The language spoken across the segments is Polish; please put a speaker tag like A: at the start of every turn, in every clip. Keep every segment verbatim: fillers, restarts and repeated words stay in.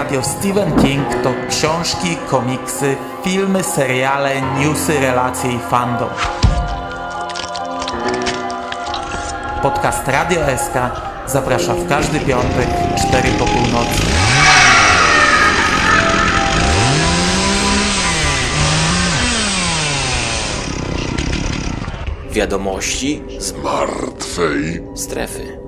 A: Radio Stephen King to książki, komiksy, filmy, seriale, newsy, relacje i fandom. Podcast Radio S K zaprasza w każdy piątek, cztery po północy.
B: Wiadomości
C: z martwej
B: strefy.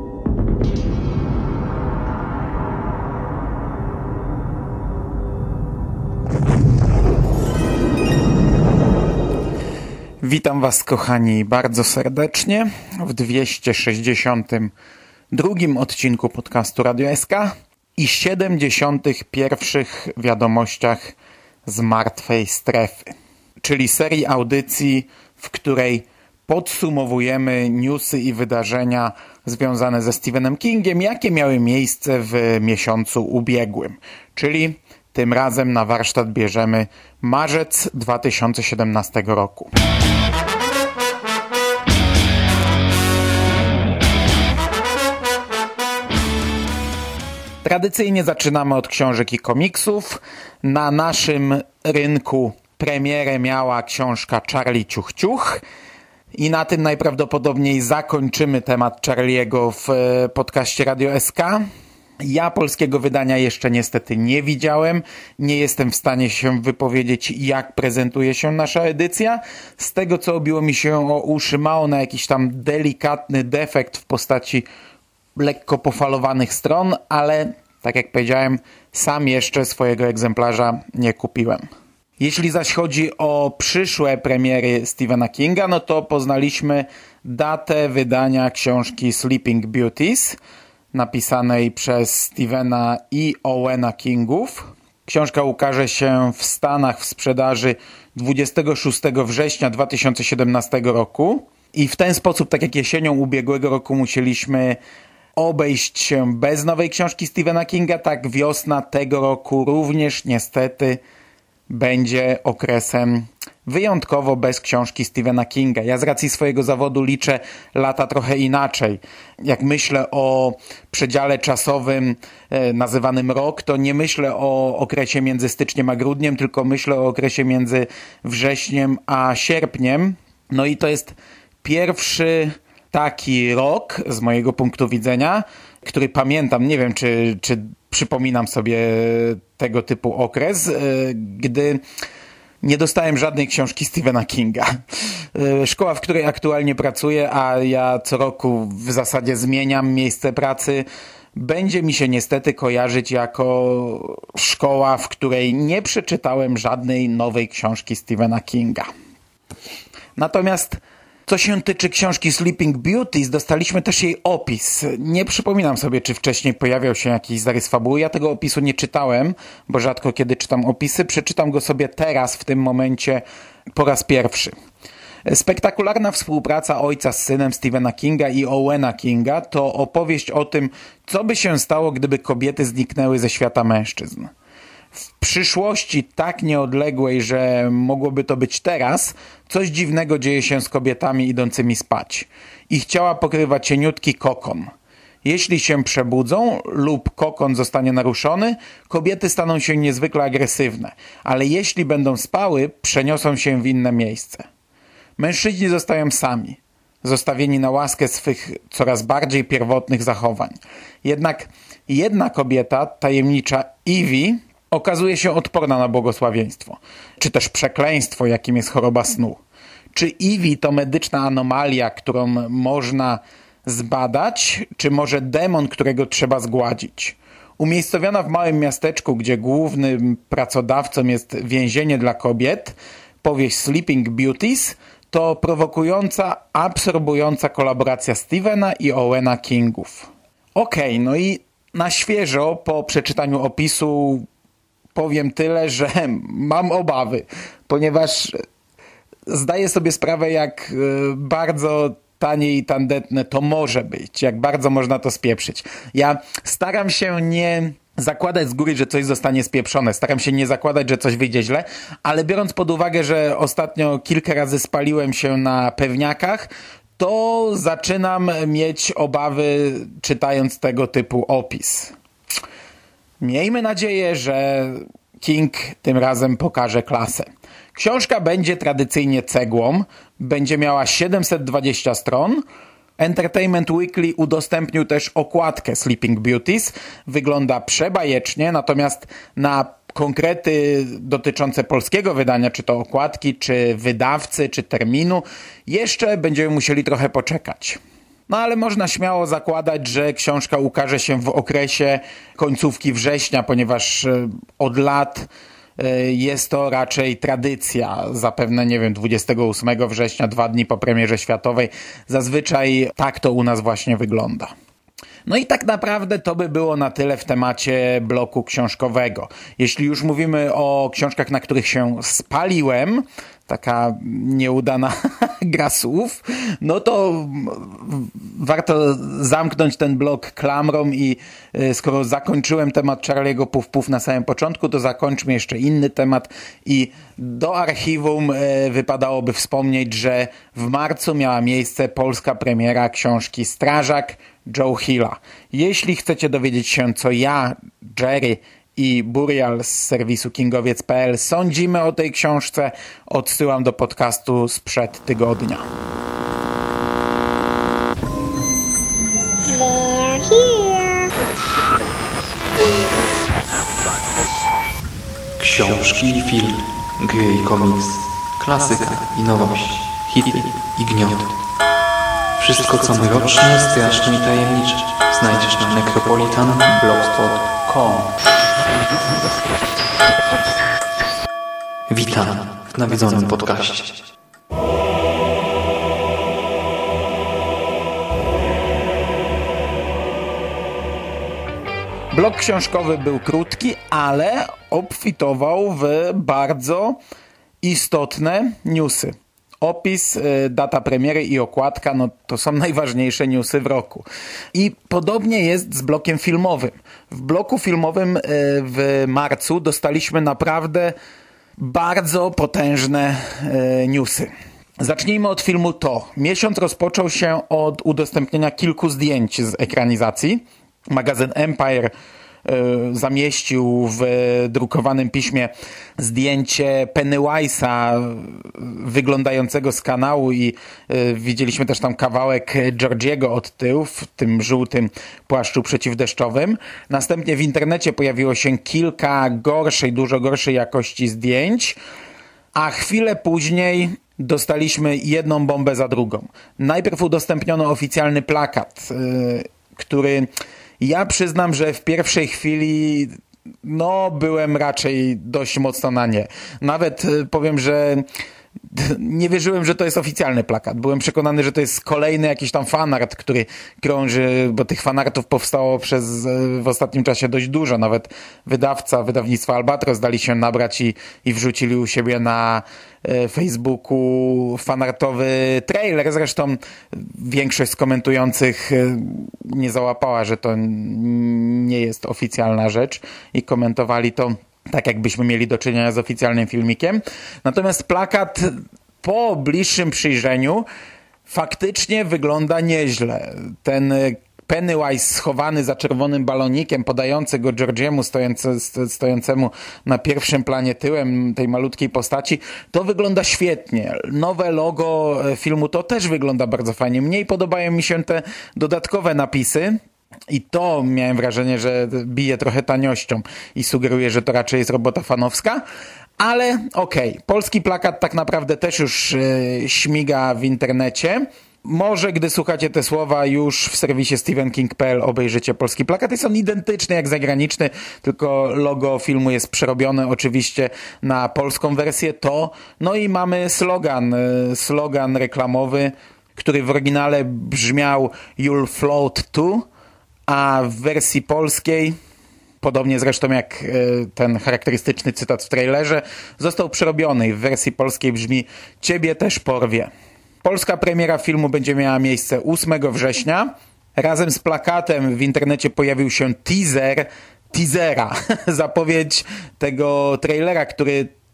A: Witam Was, kochani, bardzo serdecznie w dwieście sześćdziesiątym drugim odcinku podcastu Radio S K i siedemdziesiątych pierwszych wiadomościach z martwej strefy, czyli serii audycji, w której podsumowujemy newsy i wydarzenia związane ze Stephenem Kingiem, jakie miały miejsce w miesiącu ubiegłym, czyli tym razem na warsztat bierzemy marzec dwa tysiące siedemnastego roku. Tradycyjnie zaczynamy od książek i komiksów. Na naszym rynku premierę miała książka Charlie Ciuch Ciuch i na tym najprawdopodobniej zakończymy temat Charliego w podcaście Radio S K. Ja polskiego wydania jeszcze niestety nie widziałem. Nie jestem w stanie się wypowiedzieć, jak prezentuje się nasza edycja. Z tego, co obiło mi się o uszy, ma ona jakiś tam delikatny defekt w postaci lekko pofalowanych stron, ale tak jak powiedziałem, sam jeszcze swojego egzemplarza nie kupiłem. Jeśli zaś chodzi o przyszłe premiery Stephena Kinga, no to poznaliśmy datę wydania książki Sleeping Beauties, napisanej przez Stephena i Owena Kingów. Książka ukaże się w Stanach w sprzedaży dwudziestego szóstego września dwa tysiące siedemnastego roku i w ten sposób, tak jak jesienią ubiegłego roku musieliśmy obejść się bez nowej książki Stephena Kinga, tak wiosna tego roku również niestety będzie okresem wyjątkowo bez książki Stephena Kinga. Ja z racji swojego zawodu liczę lata trochę inaczej. Jak myślę o przedziale czasowym e, nazywanym rok, to nie myślę o okresie między styczniem a grudniem, tylko myślę o okresie między wrześniem a sierpniem. No i to jest pierwszy taki rok z mojego punktu widzenia, który pamiętam, nie wiem czy, czy przypominam sobie tego typu okres, gdy nie dostałem żadnej książki Stephena Kinga. Szkoła, w której aktualnie pracuję, a ja co roku w zasadzie zmieniam miejsce pracy, będzie mi się niestety kojarzyć jako szkoła, w której nie przeczytałem żadnej nowej książki Stephena Kinga. Natomiast co się tyczy książki Sleeping Beauties, dostaliśmy też jej opis. Nie przypominam sobie, czy wcześniej pojawiał się jakiś zarys fabuły. Ja tego opisu nie czytałem, bo rzadko kiedy czytam opisy. Przeczytam go sobie teraz, w tym momencie, po raz pierwszy. Spektakularna współpraca ojca z synem Stephena Kinga i Owena Kinga to opowieść o tym, co by się stało, gdyby kobiety zniknęły ze świata mężczyzn. W przyszłości tak nieodległej, że mogłoby to być teraz, coś dziwnego dzieje się z kobietami idącymi spać. Ich ciała pokrywa cieniutki kokon. Jeśli się przebudzą lub kokon zostanie naruszony, kobiety staną się niezwykle agresywne, ale jeśli będą spały, przeniosą się w inne miejsce. Mężczyźni zostają sami, zostawieni na łaskę swych coraz bardziej pierwotnych zachowań. Jednak jedna kobieta, tajemnicza Evie, okazuje się odporna na błogosławieństwo, czy też przekleństwo, jakim jest choroba snu. Czy Evie to medyczna anomalia, którą można zbadać, czy może demon, którego trzeba zgładzić? Umiejscowiona w małym miasteczku, gdzie głównym pracodawcą jest więzienie dla kobiet, powieść Sleeping Beauties to prowokująca, absorbująca kolaboracja Stephena i Owena Kingów. Okej, okay, no i na świeżo po przeczytaniu opisu powiem tyle, że mam obawy, ponieważ zdaję sobie sprawę, jak bardzo tanie i tandetne to może być, jak bardzo można to spieprzyć. Ja staram się nie zakładać z góry, że coś zostanie spieprzone, staram się nie zakładać, że coś wyjdzie źle, ale biorąc pod uwagę, że ostatnio kilka razy spaliłem się na pewniakach, to zaczynam mieć obawy, czytając tego typu opis. Miejmy nadzieję, że King tym razem pokaże klasę. Książka będzie tradycyjnie cegłą, będzie miała siedemset dwadzieścia stron. Entertainment Weekly udostępnił też okładkę Sleeping Beauties. Wygląda przebajecznie, natomiast na konkrety dotyczące polskiego wydania, czy to okładki, czy wydawcy, czy terminu, jeszcze będziemy musieli trochę poczekać. No ale można śmiało zakładać, że książka ukaże się w okresie końcówki września, ponieważ od lat jest to raczej tradycja. Zapewne, nie wiem, dwudziestego ósmego września, dwa dni po premierze światowej. Zazwyczaj tak to u nas właśnie wygląda. No i tak naprawdę to by było na tyle w temacie bloku książkowego. Jeśli już mówimy o książkach, na których się spaliłem, taka nieudana gra słów, no to warto zamknąć ten blok klamrą i skoro zakończyłem temat Charlie'ego Puf Puf na samym początku, to zakończmy jeszcze inny temat i do archiwum wypadałoby wspomnieć, że w marcu miała miejsce polska premiera książki Strażak Joe Hilla. Jeśli chcecie dowiedzieć się, co ja, Jerry i Burial z serwisu kingowiec kropka p l sądzimy o tej książce, odsyłam do podcastu sprzed tygodnia.
D: They're here.
E: Książki, film, gry i komiks, klasyka i nowość, hity i gniot. Wszystko co mroczne, straszne i tajemnicze znajdziesz na necropolitan blogspot kropka com. Witam w nawiedzonym podcaście.
A: Blok książkowy był krótki, ale obfitował w bardzo istotne newsy. Opis, data premiery i okładka, no to są najważniejsze newsy w roku. I podobnie jest z blokiem filmowym. W bloku filmowym w marcu dostaliśmy naprawdę bardzo potężne newsy. Zacznijmy od filmu To. Miesiąc rozpoczął się od udostępnienia kilku zdjęć z ekranizacji. Magazyn Empire zamieścił w drukowanym piśmie zdjęcie Pennywise'a wyglądającego z kanału i widzieliśmy też tam kawałek Georgiego od tyłu w tym żółtym płaszczu przeciwdeszczowym. Następnie w internecie pojawiło się kilka gorszej, dużo gorszej jakości zdjęć, a chwilę później dostaliśmy jedną bombę za drugą. Najpierw udostępniono oficjalny plakat, który ja przyznam, że w pierwszej chwili no byłem raczej dość mocno na nie. Nawet powiem, że nie wierzyłem, że to jest oficjalny plakat. Byłem przekonany, że to jest kolejny jakiś tam fanart, który krąży, bo tych fanartów powstało przez w ostatnim czasie dość dużo. Nawet wydawca, wydawnictwa Albatros dali się nabrać i, i wrzucili u siebie na Facebooku fanartowy trailer. Zresztą większość z komentujących nie załapała, że to nie jest oficjalna rzecz i komentowali to tak, jakbyśmy mieli do czynienia z oficjalnym filmikiem. Natomiast plakat po bliższym przyjrzeniu faktycznie wygląda nieźle. Ten Pennywise schowany za czerwonym balonikiem, podający go Georgiemu stojący, stojącemu na pierwszym planie tyłem tej malutkiej postaci, to wygląda świetnie. Nowe logo filmu To też wygląda bardzo fajnie. Mniej podobają mi się te dodatkowe napisy, i to miałem wrażenie, że bije trochę taniością i sugeruje, że to raczej jest robota fanowska, ale okej, okay. Polski plakat tak naprawdę też już yy, śmiga w internecie. Może gdy słuchacie te słowa już w serwisie steven king kropka p l obejrzycie polski plakat. Jest on identyczny jak zagraniczny, tylko logo filmu jest przerobione oczywiście na polską wersję To. No i mamy slogan, yy, slogan reklamowy, który w oryginale brzmiał You'll float too, a w wersji polskiej, podobnie zresztą jak ten charakterystyczny cytat w trailerze, został przerobiony i w wersji polskiej brzmi Ciebie też porwie. Polska premiera filmu będzie miała miejsce ósmego września. Razem z plakatem w internecie pojawił się teaser teasera, zapowiedź tego trailera, który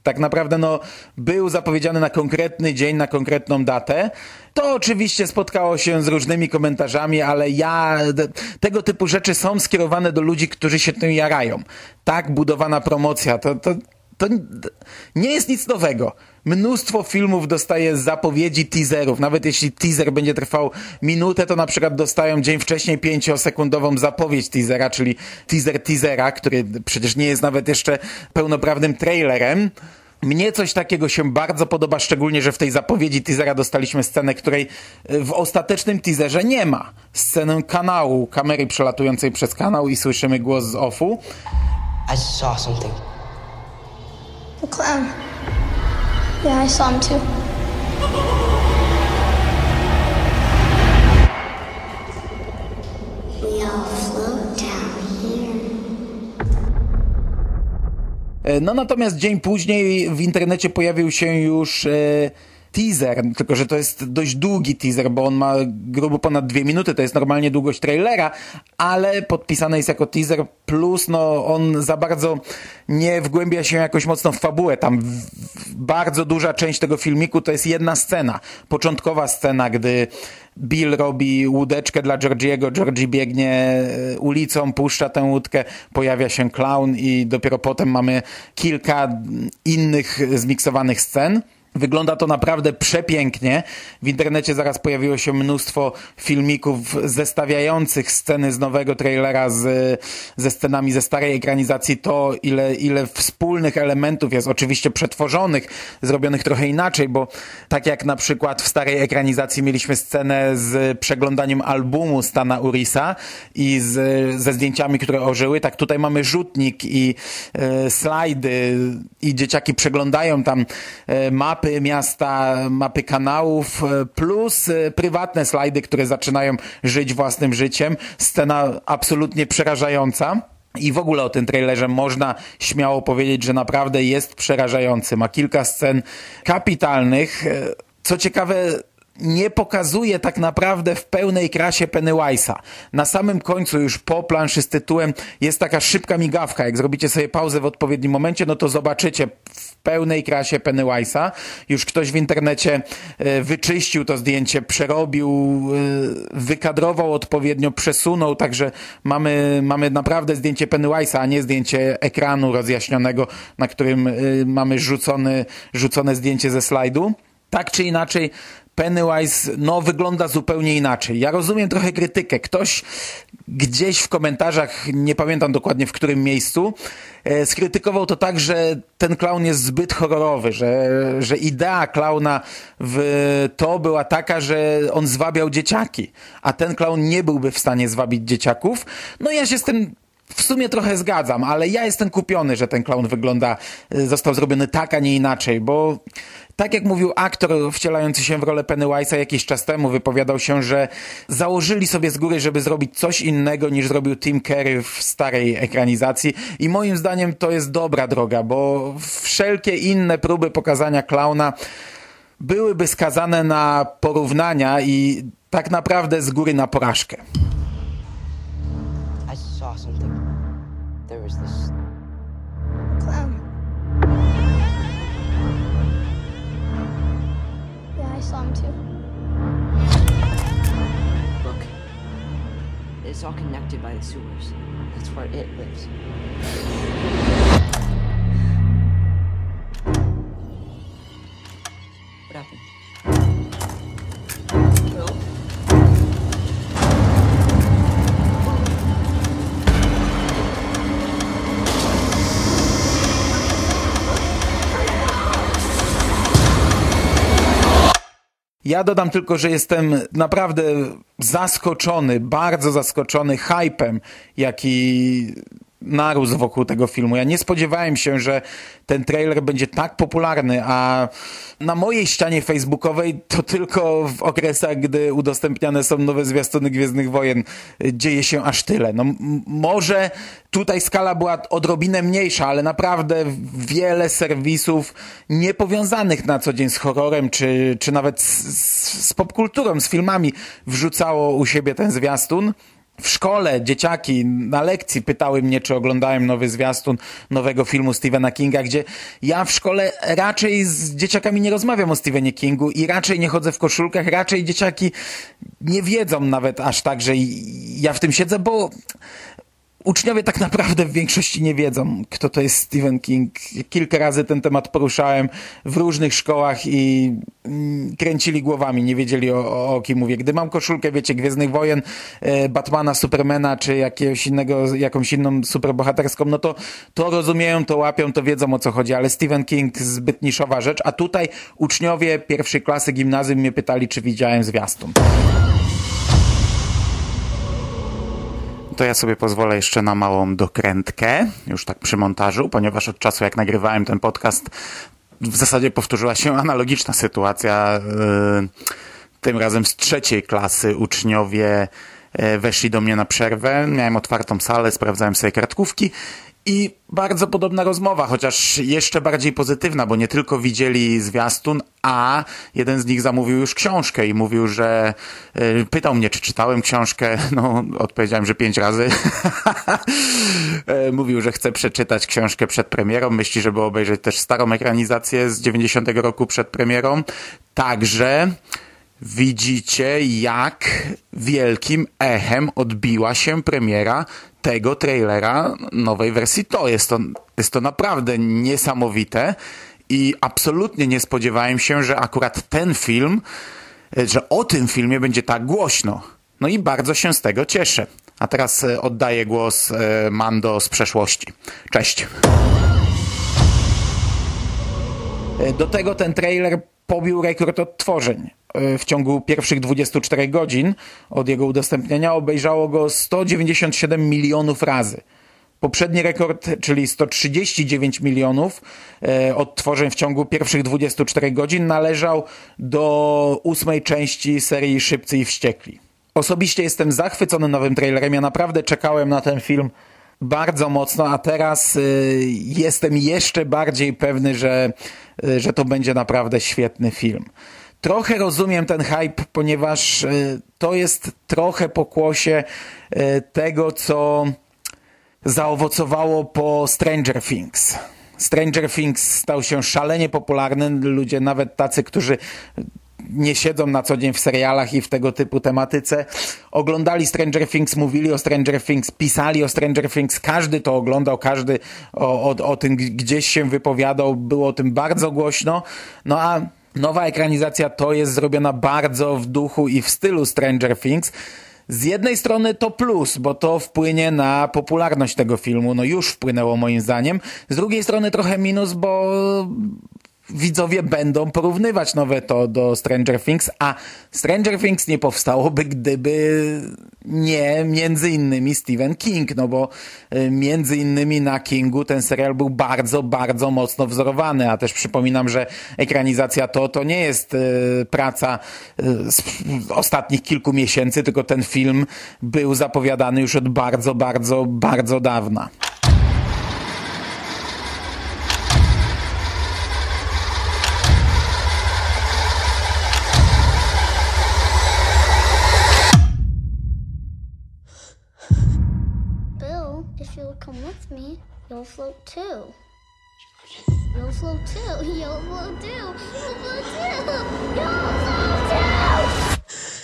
A: tak naprawdę no, był zapowiedziany na konkretny dzień, na konkretną datę. To oczywiście spotkało się z różnymi komentarzami, ale ja, tego typu rzeczy są skierowane do ludzi, którzy się tym jarają. Tak budowana promocja, to, to, to nie jest nic nowego. Mnóstwo filmów dostaje zapowiedzi teaserów. Nawet jeśli teaser będzie trwał minutę, to na przykład dostają dzień wcześniej pięciosekundową zapowiedź teasera, czyli teaser teasera, który przecież nie jest nawet jeszcze pełnoprawnym trailerem. Mnie coś takiego się bardzo podoba, szczególnie, że w tej zapowiedzi teasera dostaliśmy scenę, której w ostatecznym teaserze nie ma. Scenę kanału, kamery przelatującej przez kanał i słyszymy głos z offu.
F: I saw something.
D: The clown. Yeah, I saw him too. We all float down here.
A: No natomiast dzień później w internecie pojawił się już e, teaser, tylko że to jest dość długi teaser, bo on ma grubo ponad dwie minuty, to jest normalnie długość trailera, ale podpisany jest jako teaser, plus no on za bardzo nie wgłębia się jakoś mocno w fabułę. Tam w, w bardzo duża część tego filmiku to jest jedna scena, początkowa scena, gdy Bill robi łódeczkę dla Georgiego, Georgie biegnie ulicą, puszcza tę łódkę, pojawia się clown i dopiero potem mamy kilka innych zmiksowanych scen. Wygląda to naprawdę przepięknie. W internecie zaraz pojawiło się mnóstwo filmików zestawiających sceny z nowego trailera z, ze scenami ze starej ekranizacji. To, ile, ile wspólnych elementów jest, oczywiście przetworzonych, zrobionych trochę inaczej, bo tak jak na przykład w starej ekranizacji mieliśmy scenę z przeglądaniem albumu Stana Urisa i z, ze zdjęciami, które ożyły, tak tutaj mamy rzutnik i e, slajdy i dzieciaki przeglądają tam e, mapy miasta, mapy kanałów, plus prywatne slajdy, które zaczynają żyć własnym życiem. Scena absolutnie przerażająca. I w ogóle o tym trailerze można śmiało powiedzieć, że naprawdę jest przerażający. Ma kilka scen kapitalnych. Co ciekawe, nie pokazuje tak naprawdę w pełnej krasie Pennywise'a. Na samym końcu, już po planszy z tytułem, jest taka szybka migawka. Jak zrobicie sobie pauzę w odpowiednim momencie, no to zobaczycie w pełnej krasie Pennywise'a. Już ktoś w internecie wyczyścił to zdjęcie, przerobił, wykadrował odpowiednio, przesunął, także mamy, mamy naprawdę zdjęcie Pennywise'a, a nie zdjęcie ekranu rozjaśnionego, na którym mamy rzucone, rzucone zdjęcie ze slajdu. Tak czy inaczej, Pennywise no, wygląda zupełnie inaczej. Ja rozumiem trochę krytykę. Ktoś gdzieś w komentarzach, nie pamiętam dokładnie w którym miejscu, e, skrytykował to tak, że ten klaun jest zbyt horrorowy, że, że idea klauna w to była taka, że on zwabiał dzieciaki, a ten klaun nie byłby w stanie zwabić dzieciaków. No ja się z tym w sumie trochę zgadzam, ale ja jestem kupiony, że ten klaun wygląda, został zrobiony tak, a nie inaczej, bo tak jak mówił aktor wcielający się w rolę Pennywise'a jakiś czas temu, wypowiadał się, że założyli sobie z góry, żeby zrobić coś innego niż zrobił Tim Curry w starej ekranizacji i moim zdaniem to jest dobra droga, bo wszelkie inne próby pokazania klauna byłyby skazane na porównania i tak naprawdę z góry na porażkę.
F: I saw something. There was this
D: Clown. Yeah, I saw him too.
F: look. It's all connected by the sewers. That's where it lives. What happened? Bill?
A: Ja dodam tylko, że jestem naprawdę zaskoczony, bardzo zaskoczony hypem, jaki narósł wokół tego filmu. Ja nie spodziewałem się, że ten trailer będzie tak popularny, a na mojej ścianie facebookowej to tylko w okresach, gdy udostępniane są nowe zwiastuny Gwiezdnych Wojen, dzieje się aż tyle. No m- może tutaj skala była odrobinę mniejsza, ale naprawdę wiele serwisów niepowiązanych na co dzień z horrorem, czy, czy nawet z, z, z popkulturą, z filmami wrzucało u siebie ten zwiastun. w szkole dzieciaki na lekcji pytały mnie, czy oglądałem nowy zwiastun nowego filmu Stephena Kinga, gdzie ja w szkole raczej z dzieciakami nie rozmawiam o Stephenie Kingu i raczej nie chodzę w koszulkach, raczej dzieciaki nie wiedzą nawet aż tak, że ja w tym siedzę, bo uczniowie tak naprawdę w większości nie wiedzą, kto to jest Stephen King. Kilka razy ten temat poruszałem w różnych szkołach i kręcili głowami, nie wiedzieli o, o, o kim mówię. Gdy mam koszulkę, wiecie, Gwiezdnych Wojen, Batmana, Supermana czy jakiegoś innego, jakąś inną superbohaterską, no to to rozumieją, to łapią, to wiedzą, o co chodzi, ale Stephen King zbyt niszowa rzecz, a tutaj uczniowie pierwszej klasy gimnazjum mnie pytali, czy widziałem zwiastun. To ja sobie pozwolę jeszcze na małą dokrętkę, już tak przy montażu, ponieważ od czasu jak nagrywałem ten podcast, w zasadzie powtórzyła się analogiczna sytuacja. Yy, tym razem z trzeciej klasy uczniowie yy, weszli do mnie na przerwę, miałem otwartą salę, sprawdzałem sobie kartkówki i bardzo podobna rozmowa, chociaż jeszcze bardziej pozytywna, bo nie tylko widzieli zwiastun, a jeden z nich zamówił już książkę i mówił, że y, pytał mnie, czy czytałem książkę. No, odpowiedziałem, że pięć razy. Mówił, że chce przeczytać książkę przed premierą. Myśli, żeby obejrzeć też starą ekranizację z dziewięćdziesiątego roku przed premierą. Także widzicie, jak wielkim echem odbiła się premiera tego trailera nowej wersji. To jest to, jest to naprawdę niesamowite i absolutnie nie spodziewałem się, że akurat ten film, że o tym filmie będzie tak głośno. No i bardzo się z tego cieszę. A teraz oddaję głos Mando z przeszłości. Cześć. Do tego ten trailer pobił rekord odtworzeń. W ciągu pierwszych dwudziestu czterech godzin od jego udostępnienia obejrzało go sto dziewięćdziesiąt siedem milionów razy. Poprzedni rekord, czyli sto trzydzieści dziewięć milionów e, odtworzeń w ciągu pierwszych dwudziestu czterech godzin należał do ósmej części serii Szybcy i Wściekli. Osobiście jestem zachwycony nowym trailerem. Ja naprawdę czekałem na ten film bardzo mocno, a teraz y, jestem jeszcze bardziej pewny, że, y, że to będzie naprawdę świetny film. Trochę rozumiem ten hype, ponieważ y, to jest trochę pokłosie y, tego, co zaowocowało po Stranger Things. Stranger Things stał się szalenie popularny. Ludzie, nawet tacy, którzy nie siedzą na co dzień w serialach i w tego typu tematyce, oglądali Stranger Things, mówili o Stranger Things, pisali o Stranger Things, każdy to oglądał, każdy o, o, o tym gdzieś się wypowiadał, było o tym bardzo głośno, no a nowa ekranizacja to jest zrobiona bardzo w duchu i w stylu Stranger Things. Z jednej strony to plus, bo to wpłynie na popularność tego filmu, no już wpłynęło moim zdaniem, z drugiej strony trochę minus, bo widzowie będą porównywać nowe to do Stranger Things, a Stranger Things nie powstałoby, gdyby nie między innymi Stephen King, no bo między innymi na Kingu ten serial był bardzo, bardzo mocno wzorowany, a też przypominam, że ekranizacja to, to nie jest y, praca y, z ostatnich kilku miesięcy, tylko ten film był zapowiadany już od bardzo, bardzo, bardzo dawna.
D: If you'll come with me, you'll float too. You'll float too. You'll float too. You'll float too. You'll float too.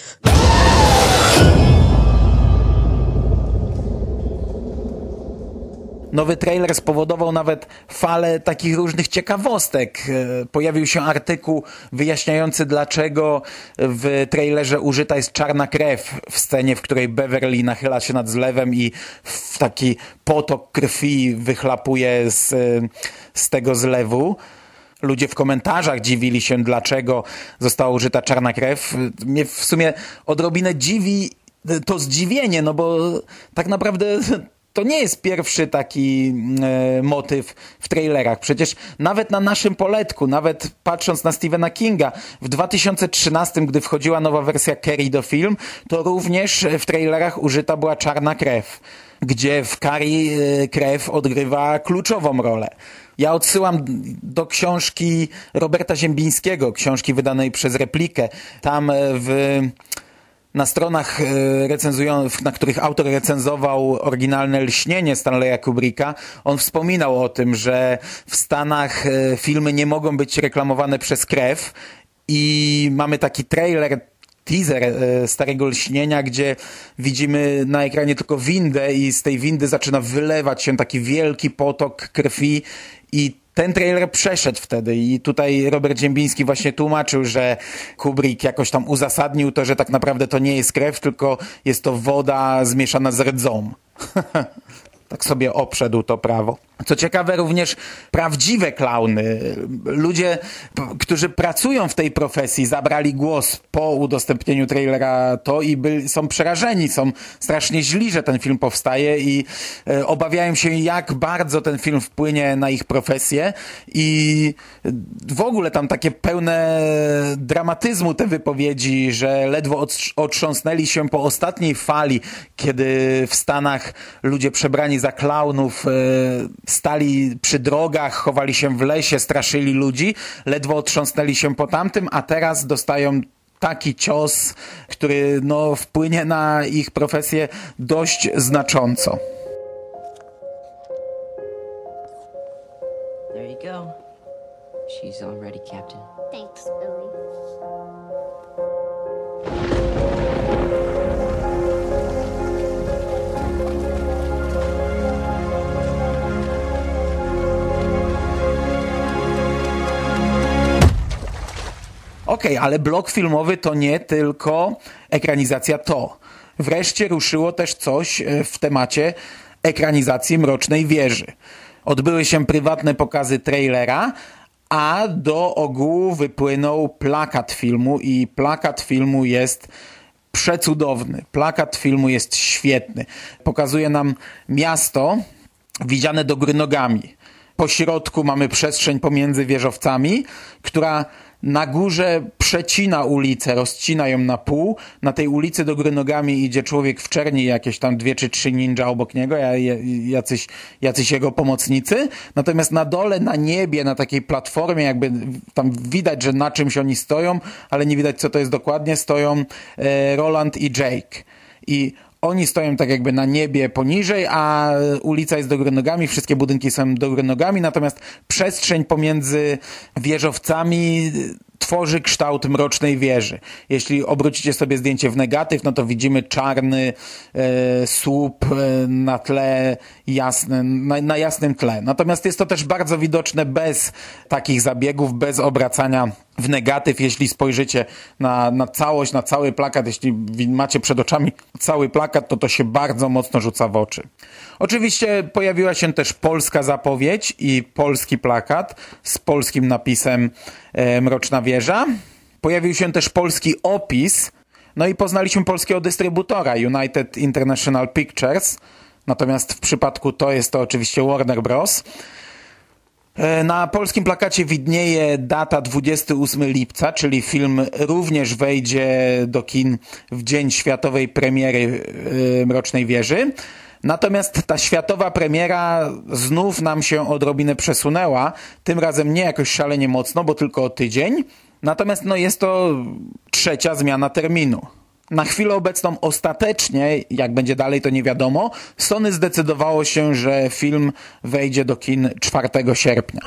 A: Nowy trailer spowodował nawet falę takich różnych ciekawostek. Pojawił się artykuł wyjaśniający, dlaczego w trailerze użyta jest czarna krew w scenie, w której Beverly nachyla się nad zlewem i w taki potok krwi wychlapuje z, z tego zlewu. Ludzie w komentarzach dziwili się, dlaczego została użyta czarna krew. Mnie w sumie odrobinę dziwi to zdziwienie, no bo tak naprawdę to nie jest pierwszy taki e, motyw w trailerach. Przecież nawet na naszym poletku, nawet patrząc na Stephena Kinga, w dwa tysiące trzynastym, gdy wchodziła nowa wersja Carrie do film, to również w trailerach użyta była czarna krew, gdzie w Carrie e, krew odgrywa kluczową rolę. Ja odsyłam do książki Roberta Ziembińskiego, książki wydanej przez Replikę. Tam w Na stronach recenzujących, na których autor recenzował oryginalne Lśnienie Stanleya Kubricka, on wspominał o tym, że w Stanach filmy nie mogą być reklamowane przez krew i mamy taki trailer, teaser Starego Lśnienia, gdzie widzimy na ekranie tylko windę i z tej windy zaczyna wylewać się taki wielki potok krwi i ten trailer przeszedł wtedy i tutaj Robert Ziembiński właśnie tłumaczył, że Kubrick jakoś tam uzasadnił to, że tak naprawdę to nie jest krew, tylko jest to woda zmieszana z rdzą. Tak sobie obszedł to prawo. Co ciekawe, również prawdziwe klauny, ludzie, p- którzy pracują w tej profesji, zabrali głos po udostępnieniu trailera to i byli, są przerażeni, są strasznie źli, że ten film powstaje i e, obawiają się, jak bardzo ten film wpłynie na ich profesję i w ogóle tam takie pełne dramatyzmu te wypowiedzi, że ledwo otrz- otrząsnęli się po ostatniej fali, kiedy w Stanach ludzie przebrani za klaunów e, stali przy drogach, chowali się w lesie, straszyli ludzi, ledwo otrząsnęli się po tamtym, a teraz dostają taki cios, który no, wpłynie na ich profesję dość znacząco.
F: There you go. She's all ready, Captain.
D: Thanks, Billy.
A: Okej, okay, ale blok filmowy to nie tylko ekranizacja to. Wreszcie ruszyło też coś w temacie ekranizacji Mrocznej Wieży. Odbyły się prywatne pokazy trailera, a do ogółu wypłynął plakat filmu i plakat filmu jest przecudowny. Plakat filmu jest świetny. Pokazuje nam miasto widziane do góry nogami. Po środku mamy przestrzeń pomiędzy wieżowcami, która na górze przecina ulicę, rozcina ją na pół. Na tej ulicy do góry nogami idzie człowiek w czerni, jakieś tam dwie czy trzy ninja obok niego, jacyś, jacyś jego pomocnicy. Natomiast na dole, na niebie, na takiej platformie, jakby tam widać, że na czymś oni stoją, ale nie widać, co to jest dokładnie, stoją e, Roland i Jake. I oni stoją tak jakby na niebie poniżej, a ulica jest do góry nogami, wszystkie budynki są do góry nogami, natomiast przestrzeń pomiędzy wieżowcami tworzy kształt Mrocznej Wieży. Jeśli obrócicie sobie zdjęcie w negatyw, no to widzimy czarny e, słup e, na tle jasnym, na, na jasnym tle. Natomiast jest to też bardzo widoczne bez takich zabiegów, bez obracania w negatyw. Jeśli spojrzycie na, na całość, na cały plakat, jeśli macie przed oczami cały plakat, to to się bardzo mocno rzuca w oczy. Oczywiście pojawiła się też polska zapowiedź i polski plakat z polskim napisem e, Mroczna Wieża. Pojawił się też polski opis, no i poznaliśmy polskiego dystrybutora United International Pictures, natomiast w przypadku to jest to oczywiście Warner Bros. Na polskim plakacie widnieje data dwudziestego ósmego lipca, czyli film również wejdzie do kin w dzień światowej premiery Mrocznej Wieży. Natomiast ta światowa premiera znów nam się odrobinę przesunęła, tym razem nie jakoś szalenie mocno, bo tylko o tydzień. Natomiast no, jest to trzecia zmiana terminu. Na chwilę obecną ostatecznie, jak będzie dalej to nie wiadomo, Sony zdecydowało się, że film wejdzie do kin czwartego sierpnia.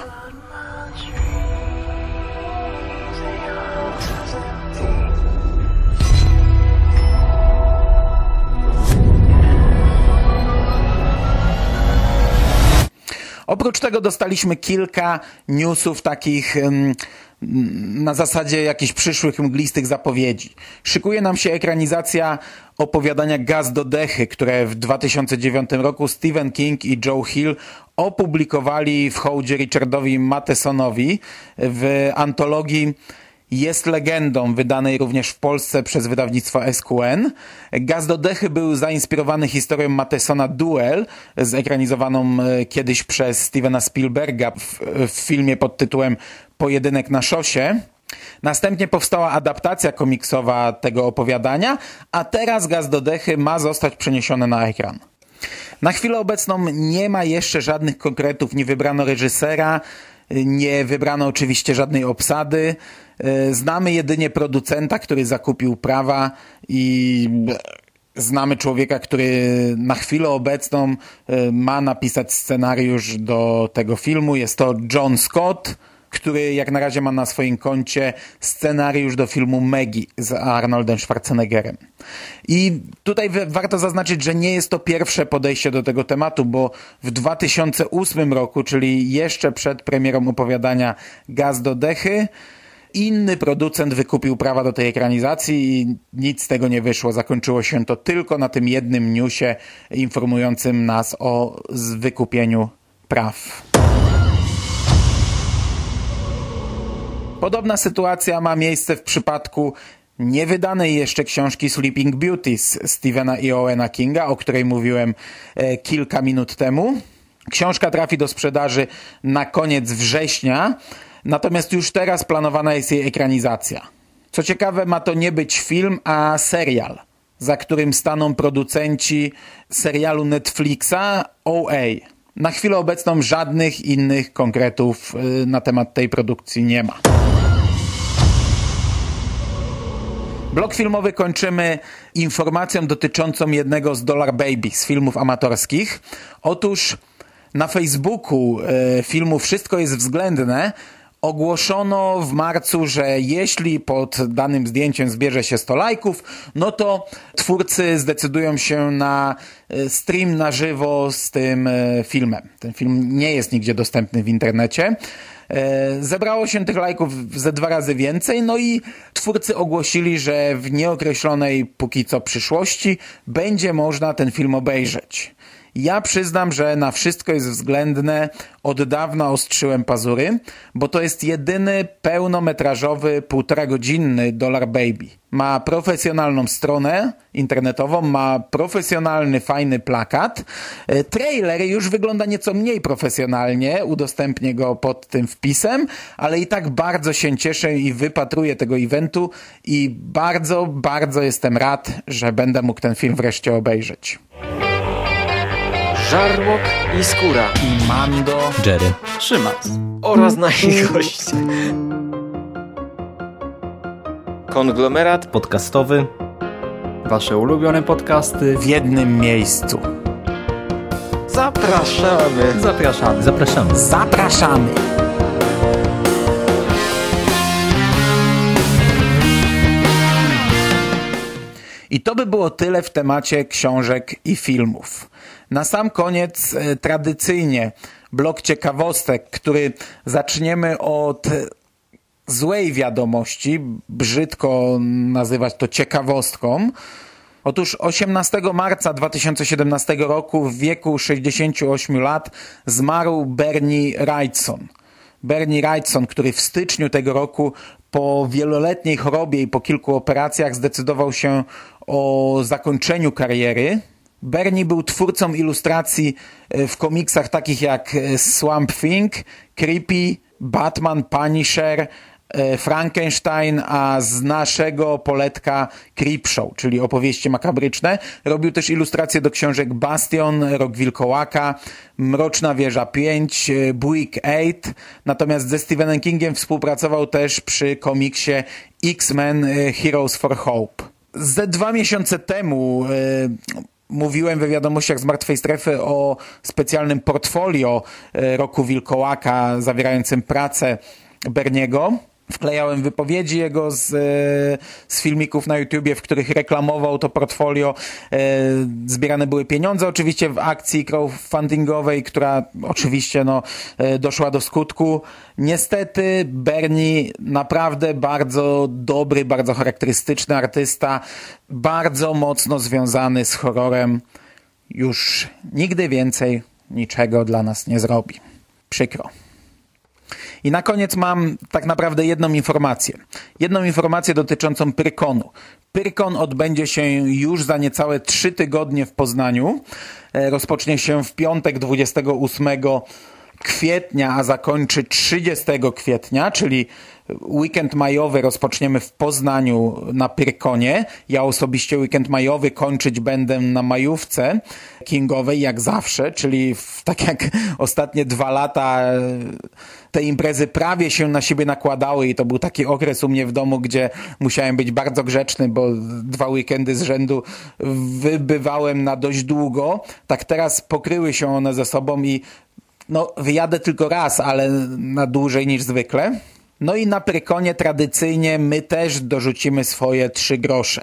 A: Oprócz tego dostaliśmy kilka newsów takich um, na zasadzie jakichś przyszłych mglistych zapowiedzi. Szykuje nam się ekranizacja opowiadania Gaz do dechy, które w dwa tysiące dziewiątym roku Stephen King i Joe Hill opublikowali w hołdzie Richardowi Mathesonowi w antologii Jest legendą, wydanej również w Polsce przez wydawnictwo S Q N. Gaz do dechy był zainspirowany historią Mathesona Duel, zekranizowaną kiedyś przez Stevena Spielberga w, w filmie pod tytułem Pojedynek na szosie. Następnie powstała adaptacja komiksowa tego opowiadania, a teraz Gaz do dechy ma zostać przeniesiony na ekran. Na chwilę obecną nie ma jeszcze żadnych konkretów, nie wybrano reżysera, Nie wybrano oczywiście żadnej obsady. Znamy jedynie producenta, który zakupił prawa i znamy człowieka, który na chwilę obecną ma napisać scenariusz do tego filmu. Jest to John Scott, który jak na razie ma na swoim koncie scenariusz do filmu Maggie z Arnoldem Schwarzeneggerem. I tutaj warto zaznaczyć, że nie jest to pierwsze podejście do tego tematu, bo w dwa tysiące ósmym roku, czyli jeszcze przed premierą opowiadania Gaz do Dechy, inny producent wykupił prawa do tej ekranizacji i nic z tego nie wyszło. Zakończyło się to tylko na tym jednym newsie informującym nas o wykupieniu praw. Podobna sytuacja ma miejsce w przypadku niewydanej jeszcze książki Sleeping Beauties Stephena i Owena Kinga, o której mówiłem e, kilka minut temu. Książka trafi do sprzedaży na koniec września, natomiast już teraz planowana jest jej ekranizacja. Co ciekawe, ma to nie być film, a serial, za którym staną producenci serialu Netflixa O A. Na chwilę obecną żadnych innych konkretów e, na temat tej produkcji nie ma. Blok filmowy kończymy informacją dotyczącą jednego z Dollar Baby, z filmów amatorskich. Otóż na Facebooku e, filmu Wszystko jest względne ogłoszono w marcu, że jeśli pod danym zdjęciem zbierze się sto lajków, no to twórcy zdecydują się na stream na żywo z tym e, filmem. Ten film nie jest nigdzie dostępny w internecie. Zebrało się tych lajków ze dwa razy więcej, no i twórcy ogłosili, że w nieokreślonej póki co przyszłości będzie można ten film obejrzeć. Ja przyznam, że na Wszystko jest względne od dawna ostrzyłem pazury, bo to jest jedyny pełnometrażowy, półtora godzinny Dollar Baby. Ma profesjonalną stronę internetową, ma profesjonalny, fajny plakat. Trailer już wygląda nieco mniej profesjonalnie, udostępnię go pod tym wpisem, ale i tak bardzo się cieszę i wypatruję tego eventu i bardzo, bardzo jestem rad, że będę mógł ten film wreszcie obejrzeć.
B: Żarłok i Skóra
A: I Mando,
G: Jerry,
E: Szymas.
B: oraz nasi goście. Konglomerat
G: podcastowy.
E: Wasze ulubione podcasty.
A: w jednym miejscu.
B: Zapraszamy.
E: Zapraszamy.
G: Zapraszamy.
A: Zapraszamy! I to by było tyle w temacie książek i filmów. Na sam koniec e, tradycyjnie blok ciekawostek, który zaczniemy od złej wiadomości, brzydko nazywać to ciekawostką. Otóż osiemnastego marca dwa tysiące siedemnastego roku w wieku sześćdziesięciu ośmiu lat zmarł Bernie Wrightson. Bernie Wrightson, który w styczniu tego roku po wieloletniej chorobie i po kilku operacjach zdecydował się o zakończeniu kariery. Bernie był twórcą ilustracji w komiksach takich jak Swamp Thing, Creepy, Batman, Punisher, Frankenstein, a z naszego poletka Creepshow, czyli opowieści makabryczne. Robił też ilustracje do książek Bastion, Rok Wilkołaka, Mroczna Wieża pięć, Buick osiem, natomiast ze Stephenem Kingiem współpracował też przy komiksie X-Men Heroes for Hope. Ze dwa miesiące temu yy, mówiłem we wiadomościach z Martwej Strefy o specjalnym portfolio yy, Roku Wilkołaka zawierającym pracę Berniego. Wklejałem wypowiedzi jego z, z filmików na YouTubie, w których reklamował to portfolio. Zbierane były pieniądze oczywiście w akcji crowdfundingowej, która oczywiście no, doszła do skutku. Niestety Bernie naprawdę bardzo dobry, bardzo charakterystyczny artysta, bardzo mocno związany z horrorem. Już nigdy więcej niczego dla nas nie zrobi. Przykro. I na koniec mam tak naprawdę jedną informację. Jedną informację dotyczącą Pyrkonu. Pyrkon odbędzie się już za niecałe trzy tygodnie w Poznaniu. Rozpocznie się w piątek dwudziestego ósmego kwietnia, a zakończy trzydziestego kwietnia, czyli weekend majowy rozpoczniemy w Poznaniu na Pyrkonie. Ja osobiście weekend majowy kończyć będę na majówce kingowej, jak zawsze, czyli w, tak jak ostatnie dwa lata te imprezy prawie się na siebie nakładały i to był taki okres u mnie w domu, gdzie musiałem być bardzo grzeczny, bo dwa weekendy z rzędu wybywałem na dość długo. Tak teraz pokryły się one ze sobą i no wyjadę tylko raz, ale na dłużej niż zwykle. No i na Pyrkonie tradycyjnie my też dorzucimy swoje trzy grosze.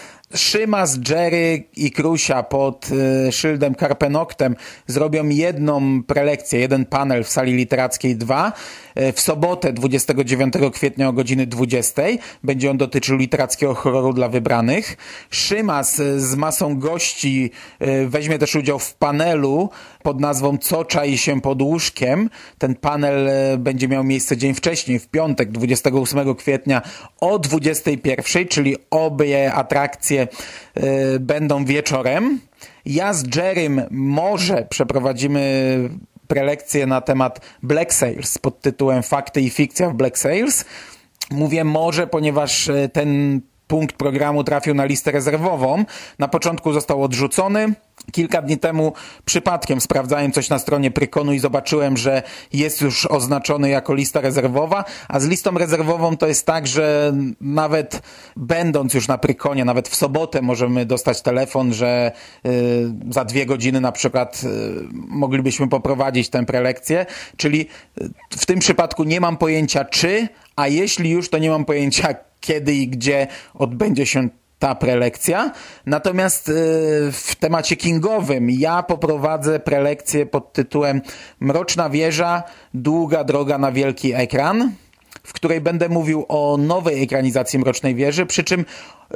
A: Szymas, Jerry i Krusia pod y, szyldem Carpe Noctem zrobią jedną prelekcję, jeden panel w sali literackiej dwa. Y, w sobotę dwudziestego dziewiątego kwietnia o godziny dwudziestej. Będzie on dotyczył literackiego horroru dla wybranych. Szymas y, z masą gości y, weźmie też udział w panelu pod nazwą Co czai się pod łóżkiem. Ten panel y, będzie miał miejsce dzień wcześniej, w piątek dwudziestego ósmego kwietnia o dwudziestej pierwszej, czyli obie atrakcje y, będą wieczorem. Ja z Jerrym może przeprowadzimy prelekcję na temat Black Sails pod tytułem Fakty i fikcja w Black Sails. Mówię może, ponieważ ten punkt programu trafił na listę rezerwową. Na początku został odrzucony. Kilka dni temu przypadkiem sprawdzałem coś na stronie Prykonu i zobaczyłem, że jest już oznaczony jako lista rezerwowa, a z listą rezerwową to jest tak, że nawet będąc już na Prykonie, nawet w sobotę możemy dostać telefon, że y, za dwie godziny na przykład y, moglibyśmy poprowadzić tę prelekcję, czyli w tym przypadku nie mam pojęcia czy, a jeśli już, to nie mam pojęcia kiedy i gdzie odbędzie się ta prelekcja. Natomiast y, w temacie kingowym ja poprowadzę prelekcję pod tytułem Mroczna wieża, długa droga na wielki ekran, w której będę mówił o nowej ekranizacji Mrocznej wieży, przy czym y,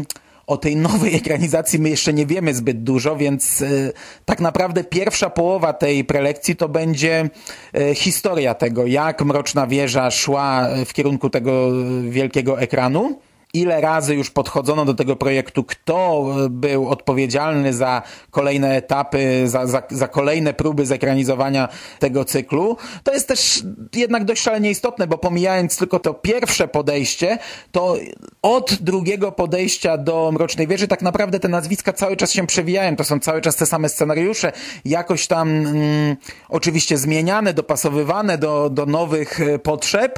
A: o tej nowej ekranizacji my jeszcze nie wiemy zbyt dużo, więc y, tak naprawdę pierwsza połowa tej prelekcji to będzie y, historia tego, jak Mroczna wieża szła w kierunku tego wielkiego ekranu. Ile razy już podchodzono do tego projektu, kto był odpowiedzialny za kolejne etapy, za, za, za kolejne próby zekranizowania tego cyklu. To jest też jednak dość szalenie istotne, bo pomijając tylko to pierwsze podejście, to od drugiego podejścia do Mrocznej wieży tak naprawdę te nazwiska cały czas się przewijają. To są cały czas te same scenariusze, jakoś tam mm, oczywiście zmieniane, dopasowywane do, do nowych potrzeb,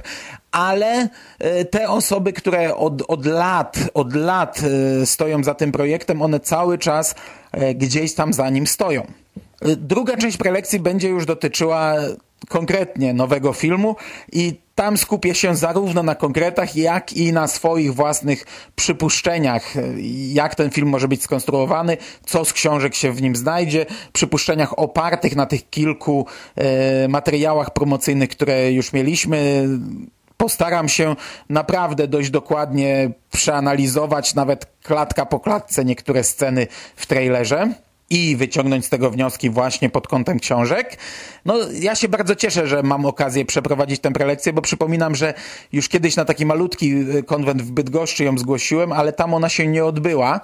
A: ale te osoby, które od, od lat, od lat stoją za tym projektem, one cały czas gdzieś tam za nim stoją. Druga część prelekcji będzie już dotyczyła konkretnie nowego filmu i tam skupię się zarówno na konkretach, jak i na swoich własnych przypuszczeniach, jak ten film może być skonstruowany, co z książek się w nim znajdzie, przypuszczeniach opartych na tych kilku e, materiałach promocyjnych, które już mieliśmy. Postaram się naprawdę dość dokładnie przeanalizować, nawet klatka po klatce, niektóre sceny w trailerze i wyciągnąć z tego wnioski właśnie pod kątem książek. No, ja się bardzo cieszę, że mam okazję przeprowadzić tę prelekcję, bo przypominam, że już kiedyś na taki malutki konwent w Bydgoszczy ją zgłosiłem, ale tam ona się nie odbyła.